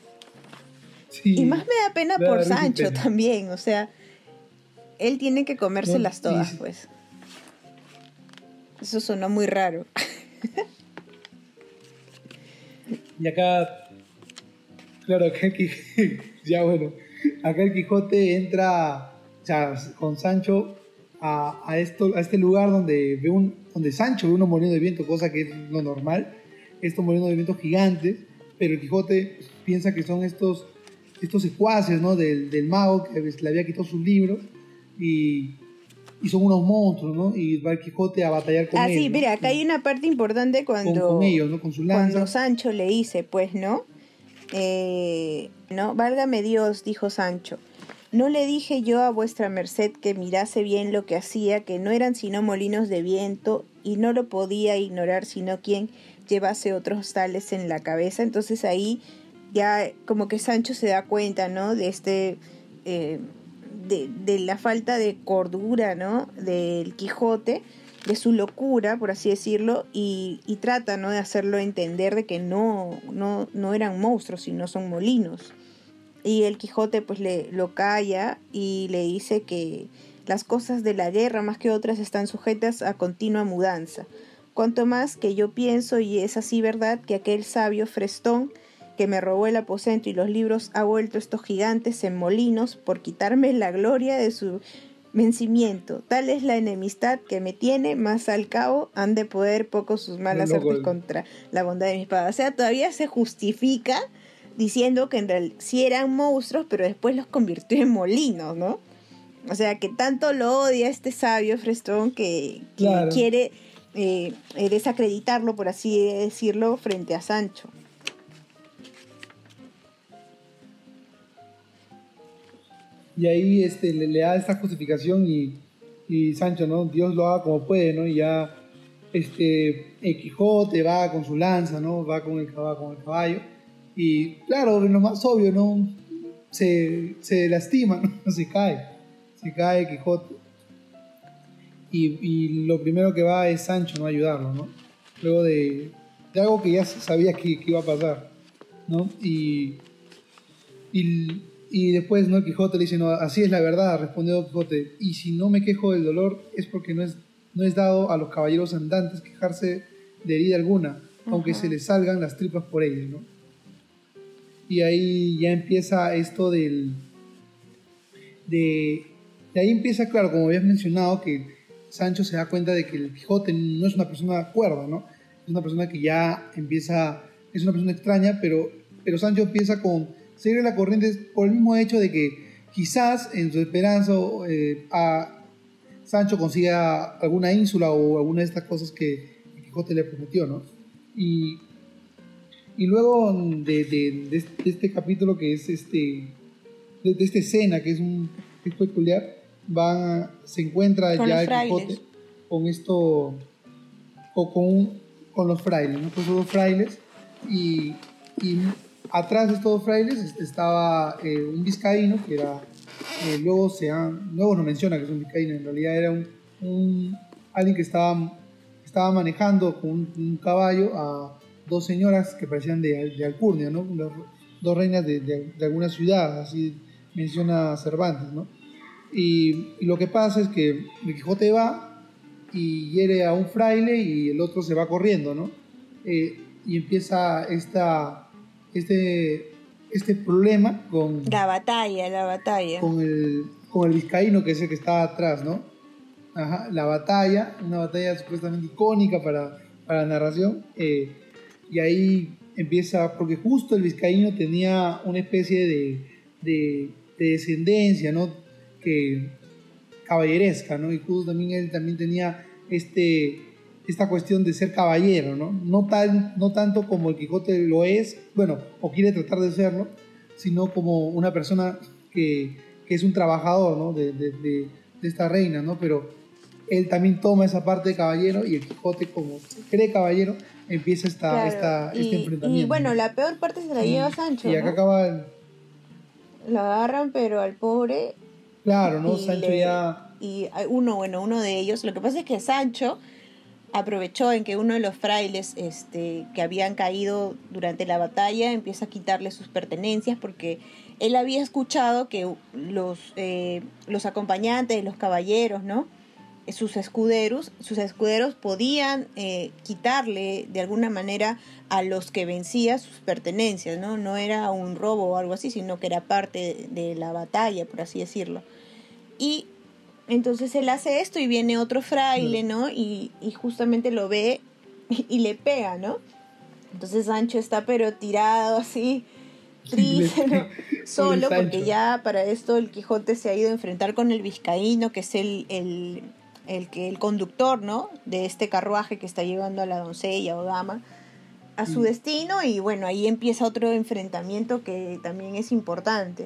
sí, Y más me da pena da por risa y Sancho pena. también, o sea, él tiene que comérselas No, todas, sí, sí. pues. Eso sonó muy raro. Y acá, claro, acá el Quijote, ya bueno, acá el Quijote entra, o sea, con Sancho a, a, esto, a este lugar donde, ve un, donde Sancho ve unos molinos de viento, cosa que es lo normal, estos molinos de viento gigantes, pero el Quijote pues, piensa que son estos, estos secuaces, ¿no? del, del mago que le había quitado sus libros y, y son unos monstruos, ¿no? Y va el Quijote a batallar con Ah, él, sí, ¿no? mira, acá hay una parte importante con, cuando, con ellos, ¿no? Con su cuando lanza. Sancho le dice, pues, ¿no? Eh, ¿no? Válgame Dios, dijo Sancho. ¿No le dije yo a vuestra merced que mirase bien lo que hacía, que no eran sino molinos de viento, y no lo podía ignorar sino quien llevase otros tales en la cabeza? Entonces ahí ya como que Sancho se da cuenta, ¿no? De este... Eh, de, de la falta de cordura, ¿no? Del Quijote, de su locura, por así decirlo, y, y trata, ¿no? De hacerlo entender de que no, no, no eran monstruos, sino son molinos. Y el Quijote pues le lo calla y le dice que las cosas de la guerra más que otras están sujetas a continua mudanza. Cuanto más que yo pienso, y es así verdad, que aquel sabio Frestón que me robó el aposento y los libros ha vuelto estos gigantes en molinos por quitarme la gloria de su vencimiento. Tal es la enemistad que me tiene, más al cabo han de poder pocos sus malas Loco, artes contra la bondad de mi espada. O sea, todavía se justifica diciendo que en realidad sí eran monstruos, pero después los convirtió en molinos, ¿no? O sea, que tanto lo odia este sabio Frestón que, que Claro. quiere eh, desacreditarlo, por así decirlo, frente a Sancho. Y ahí este, le, le da esta justificación y, y Sancho, ¿no? Dios lo haga como puede, ¿no? Y ya este, el Quijote va con su lanza, ¿no? Va con el, va con el caballo. Y claro, lo más obvio, ¿no? Se, se lastima, ¿no? Se cae. Se cae el Quijote. Y, y lo primero que va es Sancho, ¿no? A ayudarlo, ¿no? Luego de, de algo que ya se sabía que, que iba a pasar. ¿no? Y, y, y después, ¿no? El Quijote le dice, no, así es la verdad, respondió Don Quijote, y si no me quejo del dolor es porque no es, no es dado a los caballeros andantes quejarse de herida alguna, aunque se les salgan las tripas por ella, ¿no? Y ahí ya empieza esto del... De, de ahí empieza, claro, como habías mencionado, que Sancho se da cuenta de que el Quijote no es una persona cuerda, ¿no? Es una persona que ya empieza... Es una persona extraña, pero, pero Sancho empieza con seguir la corriente por el mismo hecho de que quizás en su esperanza eh, a Sancho consiga alguna ínsula o alguna de estas cosas que el Quijote le prometió, ¿no? Y... Y luego de, de, de, este, de este capítulo que es este, de, de esta escena que es un que es peculiar, va, se encuentra con ya el Quijote con esto, o con, con los frailes, ¿no? Con los frailes, y, y atrás de estos dos frailes estaba eh, un vizcaíno que era, eh, luego se ha, luego nos menciona que es un vizcaíno, en realidad era un, un alguien que estaba, estaba manejando con un, un caballo a dos señoras que parecían de, de Alcurnia, ¿no? Dos, dos reinas de, de, de alguna ciudad, así menciona Cervantes, ¿no? Y, y lo que pasa es que el Quijote va y hiere a un fraile y el otro se va corriendo, ¿no? Eh, y empieza esta, este, este problema con... La batalla, la batalla. Con el, con el vizcaíno, que es el que está atrás, ¿no? Ajá, la batalla, una batalla supuestamente icónica para, para la narración. Eh, Y ahí empieza, porque justo el vizcaíno tenía una especie de, de, de descendencia, ¿no? Que, caballeresca, ¿no? Y justo también él también tenía este, esta cuestión de ser caballero, ¿no? No, tan, no tanto como el Quijote lo es, bueno, o quiere tratar de serlo, sino como una persona que, que es un trabajador, ¿no? De, de, de, de esta reina, ¿no? Pero él también toma esa parte de caballero y el Quijote, como se cree caballero, empieza esta, claro, esta, y, este enfrentamiento. Y bueno, la peor parte se la lleva Sancho, y acá ¿no? acaba el... Lo agarran, pero al pobre... Claro, ¿no? Sancho le, ya... Y uno, bueno, uno de ellos... Lo que pasa es que Sancho aprovechó en que uno de los frailes este, que habían caído durante la batalla empieza a quitarle sus pertenencias porque él había escuchado que los, eh, los acompañantes, los caballeros, ¿no? sus escuderos, sus escuderos podían eh, quitarle de alguna manera a los que vencía sus pertenencias, ¿no? No era un robo o algo así, sino que era parte de, de la batalla, por así decirlo. Y entonces él hace esto y viene otro fraile, ¿no? Y, y justamente lo ve y, y le pega, ¿no? Entonces Sancho está pero tirado así, triste, ¿no? Solo porque ya para esto el Quijote se ha ido a enfrentar con el vizcaíno, que es el... el el que el conductor, ¿no? de este carruaje que está llevando a la doncella o dama a su mm. destino, y bueno, ahí empieza otro enfrentamiento que también es importante.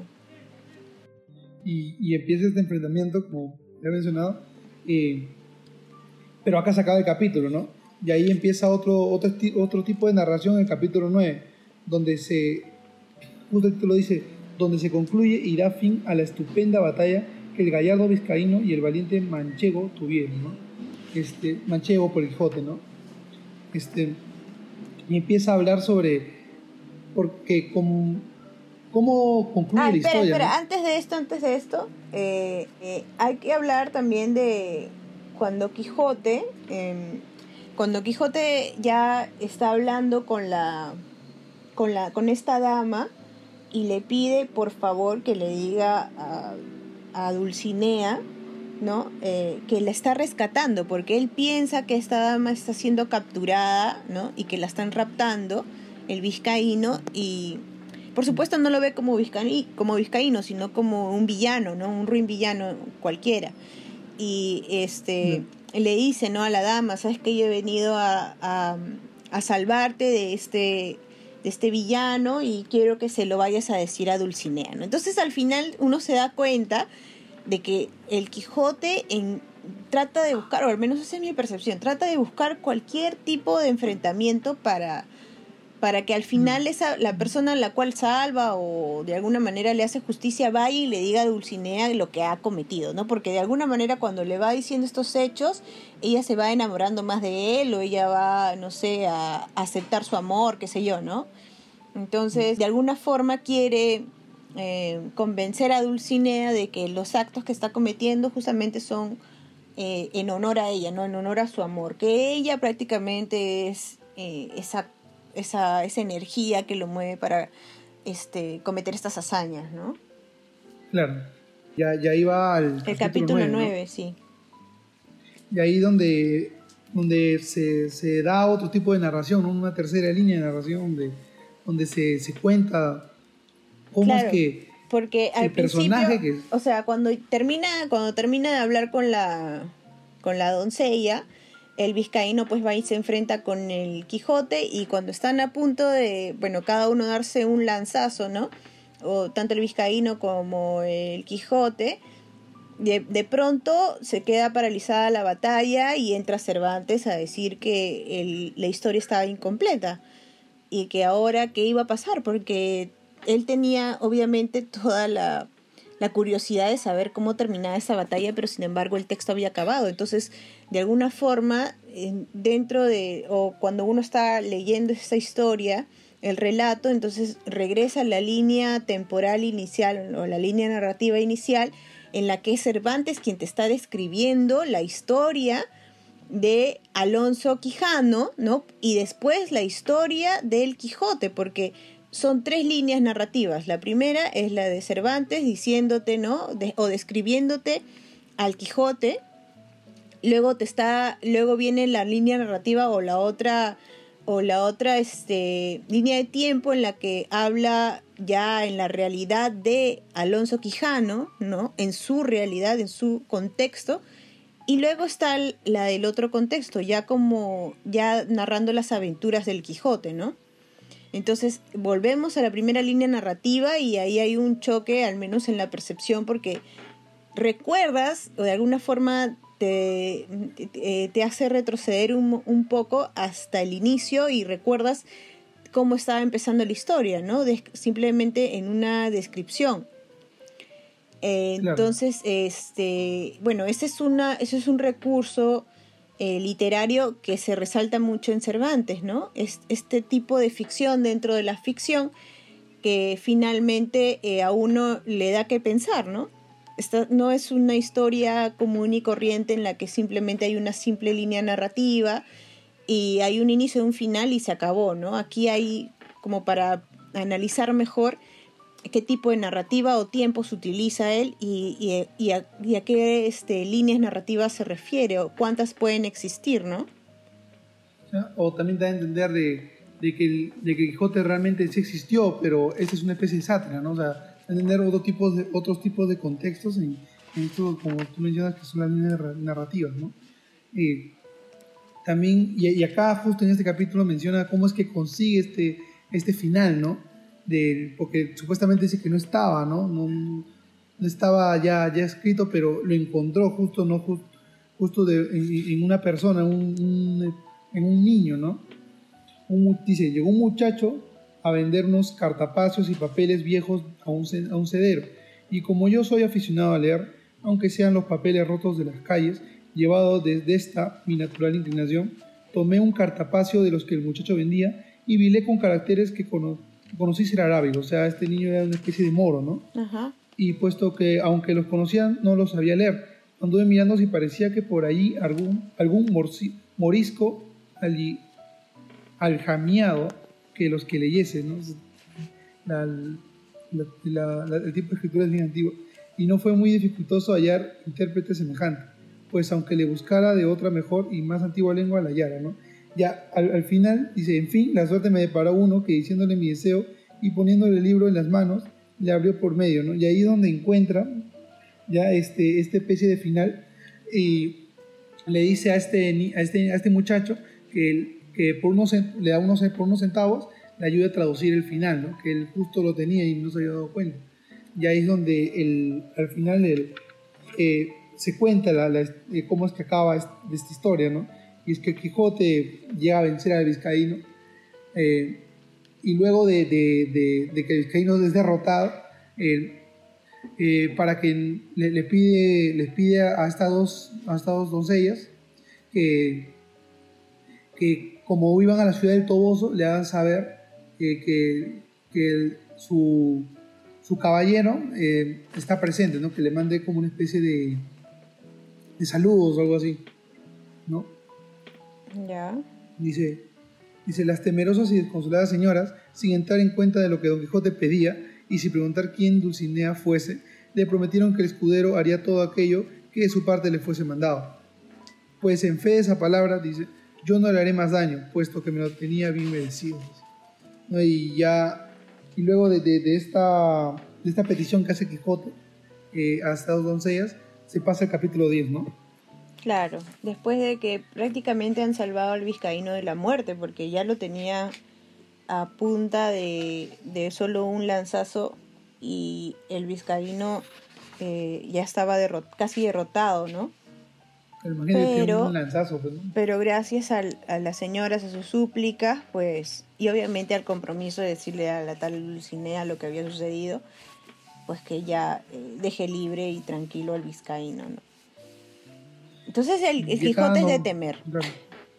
Y, y empieza este enfrentamiento, como ya he mencionado, eh, pero acá se acaba el capítulo, ¿no? Y ahí empieza otro, otro, otro tipo de narración en el capítulo nueve, donde se, justo el título dice, donde se concluye y da fin a la estupenda batalla que el gallardo vizcaíno y el valiente manchego tuvieron, ¿no? Este, manchego por el Quijote, ¿no? Este, y empieza a hablar sobre porque como, cómo concluye ah, la espera, historia. Espera, ¿no? antes de esto, antes de esto, eh, eh, hay que hablar también de cuando Quijote, eh, cuando Quijote ya está hablando con la, con la, con esta dama y le pide por favor que le diga a a Dulcinea, ¿no? Eh, que la está rescatando, porque él piensa que esta dama está siendo capturada, ¿no? Y que la están raptando, el vizcaíno, y por supuesto no lo ve como vizcaíno, como vizcaíno, sino como un villano, ¿no? Un ruin villano cualquiera. Y este mm. le dice, ¿no? a la dama, ¿sabes que yo he venido a, a, a salvarte de este... de este villano y quiero que se lo vayas a decir a Dulcinea, ¿no? Entonces al final uno se da cuenta de que el Quijote en, trata de buscar, o al menos esa es mi percepción, trata de buscar cualquier tipo de enfrentamiento para, para que al final esa, la persona a la cual salva o de alguna manera le hace justicia vaya y le diga a Dulcinea lo que ha cometido, ¿no? Porque de alguna manera cuando le va diciendo estos hechos, ella se va enamorando más de él o ella va, no sé, a, a aceptar su amor, qué sé yo, ¿no? Entonces, de alguna forma quiere eh, convencer a Dulcinea de que los actos que está cometiendo justamente son eh, en honor a ella, ¿no? En honor a su amor, que ella prácticamente es eh, esa, esa, esa energía que lo mueve para este, cometer estas hazañas, ¿no? Claro, ya, ya iba al El capítulo capítulo nueve, nueve, ¿no? sí. Y ahí donde, donde se, se da otro tipo de narración, ¿no? Una tercera línea de narración donde, donde se, se cuenta cómo es Claro, que porque al el personaje principio, que... o sea, cuando termina, cuando termina de hablar con la, con la doncella, el vizcaíno pues va y se enfrenta con el Quijote, y cuando están a punto de, bueno, cada uno darse un lanzazo, ¿no? O tanto el vizcaíno como el Quijote, de, de pronto se queda paralizada la batalla y entra Cervantes a decir que el, la historia estaba incompleta y que ahora qué iba a pasar, porque él tenía obviamente toda la, la curiosidad de saber cómo terminaba esa batalla, pero sin embargo el texto había acabado. Entonces, de alguna forma, dentro de, o cuando uno está leyendo esa historia, el relato, entonces regresa a la línea temporal inicial o la línea narrativa inicial, en la que es Cervantes quien te está describiendo la historia de Alonso Quijano, ¿no? Y después la historia del Quijote, porque son tres líneas narrativas. La primera es la de Cervantes diciéndote, ¿no? De, o describiéndote al Quijote. Luego te está, luego viene la línea narrativa o la otra o la otra este, línea de tiempo en la que habla ya en la realidad de Alonso Quijano, ¿no? En su realidad, en su contexto. Y luego está la del otro contexto, ya como, ya narrando las aventuras del Quijote, ¿no? Entonces volvemos a la primera línea narrativa y ahí hay un choque, al menos en la percepción, porque recuerdas, o de alguna forma te, te, te hace retroceder un, un poco hasta el inicio y recuerdas cómo estaba empezando la historia, ¿no? De, simplemente en una descripción. Claro. Entonces, este, bueno, ese es una, ese es un recurso eh, literario que se resalta mucho en Cervantes, ¿no? Es, este tipo de ficción dentro de la ficción que finalmente eh, a uno le da que pensar, ¿no? Esta no es una historia común y corriente en la que simplemente hay una simple línea narrativa y hay un inicio y un final y se acabó, ¿no? Aquí hay como para analizar mejor qué tipo de narrativa o tiempos utiliza él y, y, y, a, y a qué este, líneas narrativas se refiere o cuántas pueden existir, ¿no? ¿Ya? O también da a entender de, de, que el, de que Quijote realmente sí existió, pero esta es una especie de sátira, ¿no? O sea, entender otro tipos de, otros tipos de contextos en, en esto, como tú mencionas, que son las líneas narrativas, ¿no? Eh, también, y, y acá justo en este capítulo menciona cómo es que consigue este, este final, ¿no? De, porque supuestamente dice que no estaba, ¿no? No, no estaba ya, ya escrito, pero lo encontró justo, ¿no? Just, justo de, en, en, una persona, un, un, en un niño, ¿no? Un, dice, llegó un muchacho a vendernos cartapacios y papeles viejos a un, a un cedero, y como yo soy aficionado a leer, aunque sean los papeles rotos de las calles, llevado desde esta mi natural inclinación, tomé un cartapacio de los que el muchacho vendía y vilé con caracteres que cono conocí ser arábigo, o sea, este niño era una especie de moro, ¿no? Ajá. Y puesto que, aunque los conocían, no los sabía leer, anduve mirando si parecía que por allí algún, algún morci, morisco allí, aljamiado que los que leyese, ¿no? La, la, la, la, el tipo de escritura es bien antiguo, y no fue muy dificultoso hallar intérprete semejante, pues aunque le buscara de otra mejor y más antigua lengua, la hallara, ¿no? Ya al, al final dice, en fin, la suerte me deparó uno que diciéndole mi deseo y poniéndole el libro en las manos, le abrió por medio, ¿no? Y ahí donde encuentra ya este, esta especie de final, y le dice a este, a este, a este muchacho que, que por unos, le da unos, por unos centavos, le ayuda a traducir el final, ¿no? Que él justo lo tenía y no se había dado cuenta. Y ahí es donde el, al final el, eh, se cuenta la, la, eh, cómo es que acaba esta, esta historia, ¿no? Y es que Quijote llega a vencer al vizcaíno, eh, y luego de, de, de, de que el vizcaíno es derrotado, eh, eh, para que le, le pide, les pide a estas dos, a estas dos doncellas que, que como iban a la ciudad del Toboso, le hagan saber eh, que, que el- su, su caballero eh, está presente, ¿no? Que le mande como una especie de, de saludos o algo así, ¿no? Ya. Dice, dice, las temerosas y desconsoladas señoras, sin entrar en cuenta de lo que Don Quijote pedía y sin preguntar quién Dulcinea fuese, le prometieron que el escudero haría todo aquello que de su parte le fuese mandado. Pues en fe de esa palabra, dice, yo no le haré más daño, puesto que me lo tenía bien merecido. ¿No? Y ya, y luego de, de, de esta, de esta petición que hace Quijote eh, a estas dos doncellas, se pasa el capítulo diez, ¿no? Claro, después de que prácticamente han salvado al vizcaíno de la muerte, porque ya lo tenía a punta de, de solo un lanzazo y el vizcaíno eh, ya estaba derrot- casi derrotado, ¿no? Pero imagínate, tiene un Pero, lanzazo, pues, ¿no? pero gracias al- a las señoras, a sus súplicas, pues, y obviamente al compromiso de decirle a la tal Dulcinea lo que había sucedido, pues que ya eh, deje libre y tranquilo al vizcaíno, ¿no? Entonces el, el Y acá Quijote es de no, temer. claro.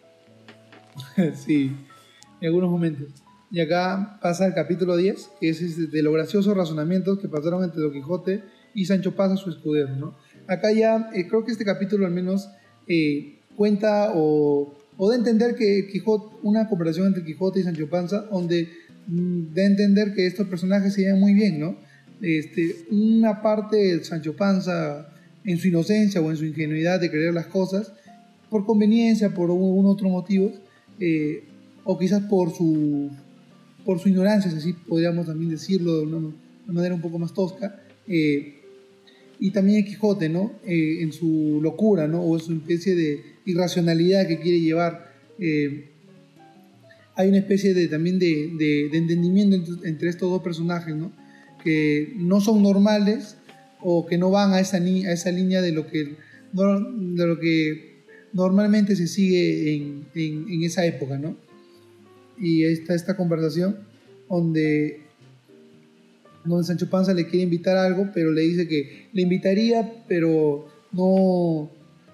Sí, en algunos momentos. Y acá pasa el capítulo diez, que es este, de los graciosos razonamientos que pasaron entre Don Quijote y Sancho Panza, su escudero, ¿no? Acá ya, eh, creo que este capítulo al menos eh, cuenta o, o da a entender que Quijote, una conversación entre Quijote y Sancho Panza, donde mm, da a entender que estos personajes se llevan muy bien, ¿no? Este, una parte de Sancho Panza, en su inocencia o en su ingenuidad de creer las cosas, por conveniencia, por un, un otro motivo, eh, o quizás por su por su ignorancia, así podríamos también decirlo de una, una manera un poco más tosca, eh, y también el Quijote, ¿no? Eh, en su locura, ¿no? O en su especie de irracionalidad que quiere llevar, eh, hay una especie de, también de, de, de entendimiento entre, entre estos dos personajes, ¿no? Que no son normales o que no van a esa, ni, a esa línea de lo que, de lo que normalmente se sigue en, en, en esa época, ¿no? Y está esta conversación donde, donde Sancho Panza le quiere invitar a algo, pero le dice que le invitaría, pero no,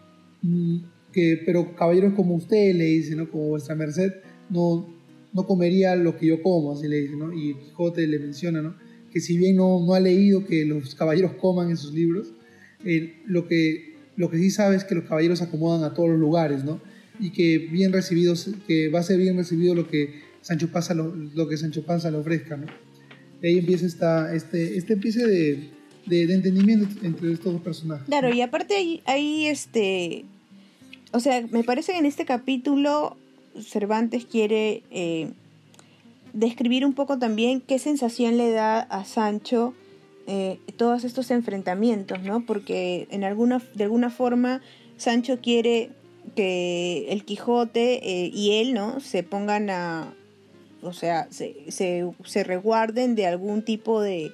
que, pero caballeros como usted, le dice, ¿no? Como vuestra merced, no, no comería lo que yo como, así le dice, ¿no? Y Quijote le menciona, ¿no? Que si bien no, no ha leído que los caballeros coman en sus libros, eh, lo, que, lo que sí sabe es que los caballeros se acomodan a todos los lugares, ¿no? Y que bien recibidos, que va a ser bien recibido lo que Sancho Panza, lo, lo que Sancho Panza le ofrezca, ¿no? Y ahí empieza esta, este, este empiece de, de, de entendimiento entre estos dos personajes, Claro, ¿no? y aparte ahí, ahí este, o sea, me parece que en este capítulo Cervantes quiere eh, describir un poco también qué sensación le da a Sancho eh, todos estos enfrentamientos, ¿no? Porque en alguna, de alguna forma Sancho quiere que el Quijote eh, y él, ¿no? Se pongan a, o sea, se, se, se resguarden de algún tipo de,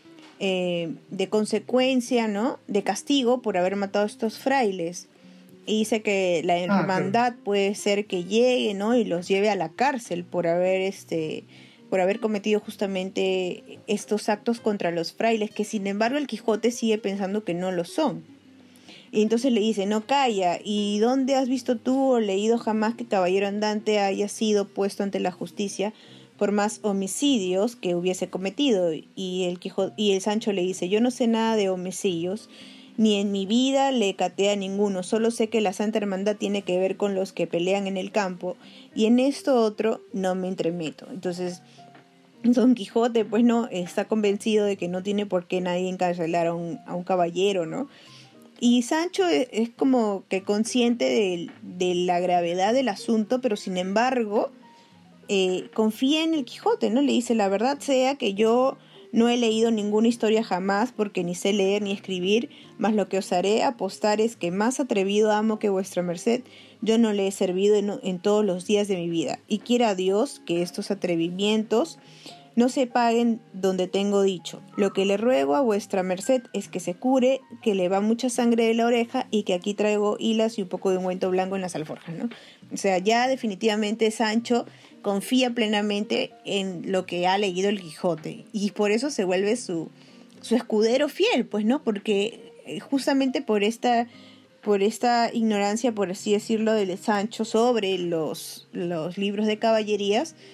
eh, de consecuencia, ¿no? De castigo por haber matado a estos frailes. Y dice que la Ah, claro. hermandad puede ser que llegue, ¿no? Y los lleve a la cárcel por haber este por haber cometido justamente estos actos contra los frailes, que sin embargo el Quijote sigue pensando que no lo son. Y entonces le dice, no, calla, ¿y dónde has visto tú o leído jamás que caballero andante haya sido puesto ante la justicia por más homicidios que hubiese cometido? Y el Quijote, y el Sancho le dice, yo no sé nada de homicidios, ni en mi vida le caté a ninguno, solo sé que la Santa Hermandad tiene que ver con los que pelean en el campo, y en esto otro no me entremeto. Entonces Don Quijote pues no está convencido de que no tiene por qué nadie encarcelar a un, a un caballero, ¿no? Y Sancho es, es como que consciente de, de la gravedad del asunto, pero sin embargo eh, confía en el Quijote, ¿no? Le dice, la verdad sea que yo no he leído ninguna historia jamás, porque ni sé leer ni escribir, mas lo que os haré apostar es que más atrevido amo que vuestra merced, yo no le he servido en, en todos los días de mi vida. Y quiera Dios que estos atrevimientos no se paguen donde tengo dicho. Lo que le ruego a vuestra merced es que se cure, que le va mucha sangre de la oreja y que aquí traigo hilas y un poco de ungüento blanco en las alforjas, ¿no? O sea, ya definitivamente Sancho confía plenamente en lo que ha leído el Quijote y por eso se vuelve su, su escudero fiel, pues, ¿no? Porque justamente por esta, por esta ignorancia, por así decirlo, de Sancho sobre los, los libros de caballerías,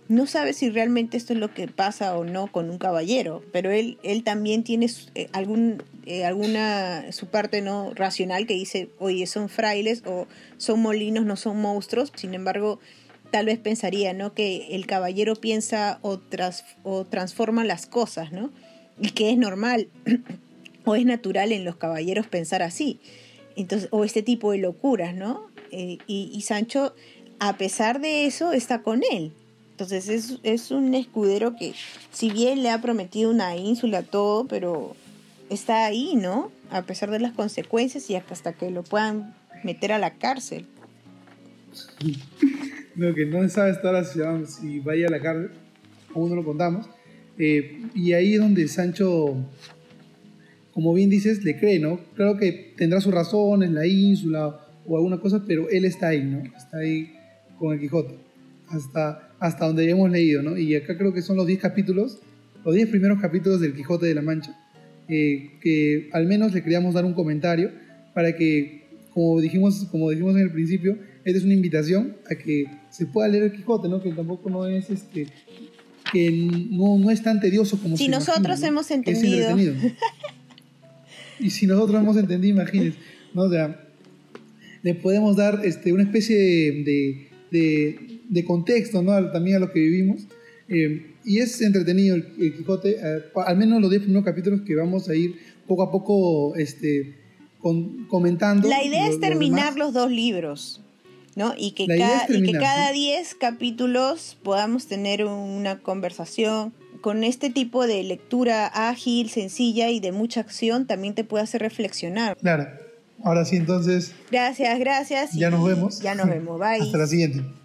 no sabe si realmente esto es lo que pasa o no con un caballero, pero él, él también tiene eh, algún, eh, alguna, su parte no racional que dice, oye, son frailes o son molinos, no son monstruos. Sin embargo, tal vez pensaría, ¿no?, que el caballero piensa o, tras, o transforma las cosas, ¿no? Y que es normal o es natural en los caballeros pensar así. Entonces, o este tipo de locuras, ¿no? Eh, y, y Sancho, a pesar de eso, está con él. Entonces es, es un escudero que, si bien le ha prometido una ínsula, todo, pero está ahí, ¿no? A pesar de las consecuencias y hasta que lo puedan meter a la cárcel. Lo que no se sabe hasta ahora si, si vaya a la cárcel, aún no lo contamos. Eh, y ahí es donde Sancho, como bien dices, le cree, ¿no? Claro que tendrá sus razones, la ínsula o alguna cosa, pero él está ahí, ¿no? Está ahí con el Quijote, hasta, hasta donde hemos leído, ¿no? Y acá creo que son los diez capítulos, los diez primeros capítulos del Quijote de la Mancha, eh, que al menos le queríamos dar un comentario para que, como dijimos, como dijimos en el principio, esta es una invitación a que se pueda leer el Quijote, ¿no? Que tampoco no es este que no, no es tan tedioso como si se nosotros imagina, ¿no? hemos entendido. Es entretenido. Y si nosotros hemos entendido, imagínense, ¿no? O sea, le podemos dar este, una especie de, de, de, de contexto, ¿no? También a lo que vivimos. Eh, y es entretenido el, el Quijote, eh, al menos los diez primeros capítulos que vamos a ir poco a poco este, con, comentando. La idea lo, es terminar los, los dos libros, ¿no? Y que, La idea cada, es terminar, y que cada ¿no? diez capítulos podamos tener una conversación. Con este tipo de lectura ágil, sencilla y de mucha acción, también te puede hacer reflexionar. Claro. Ahora sí, entonces. Gracias, gracias. Ya nos vemos. Ya nos vemos. Bye. Hasta la siguiente.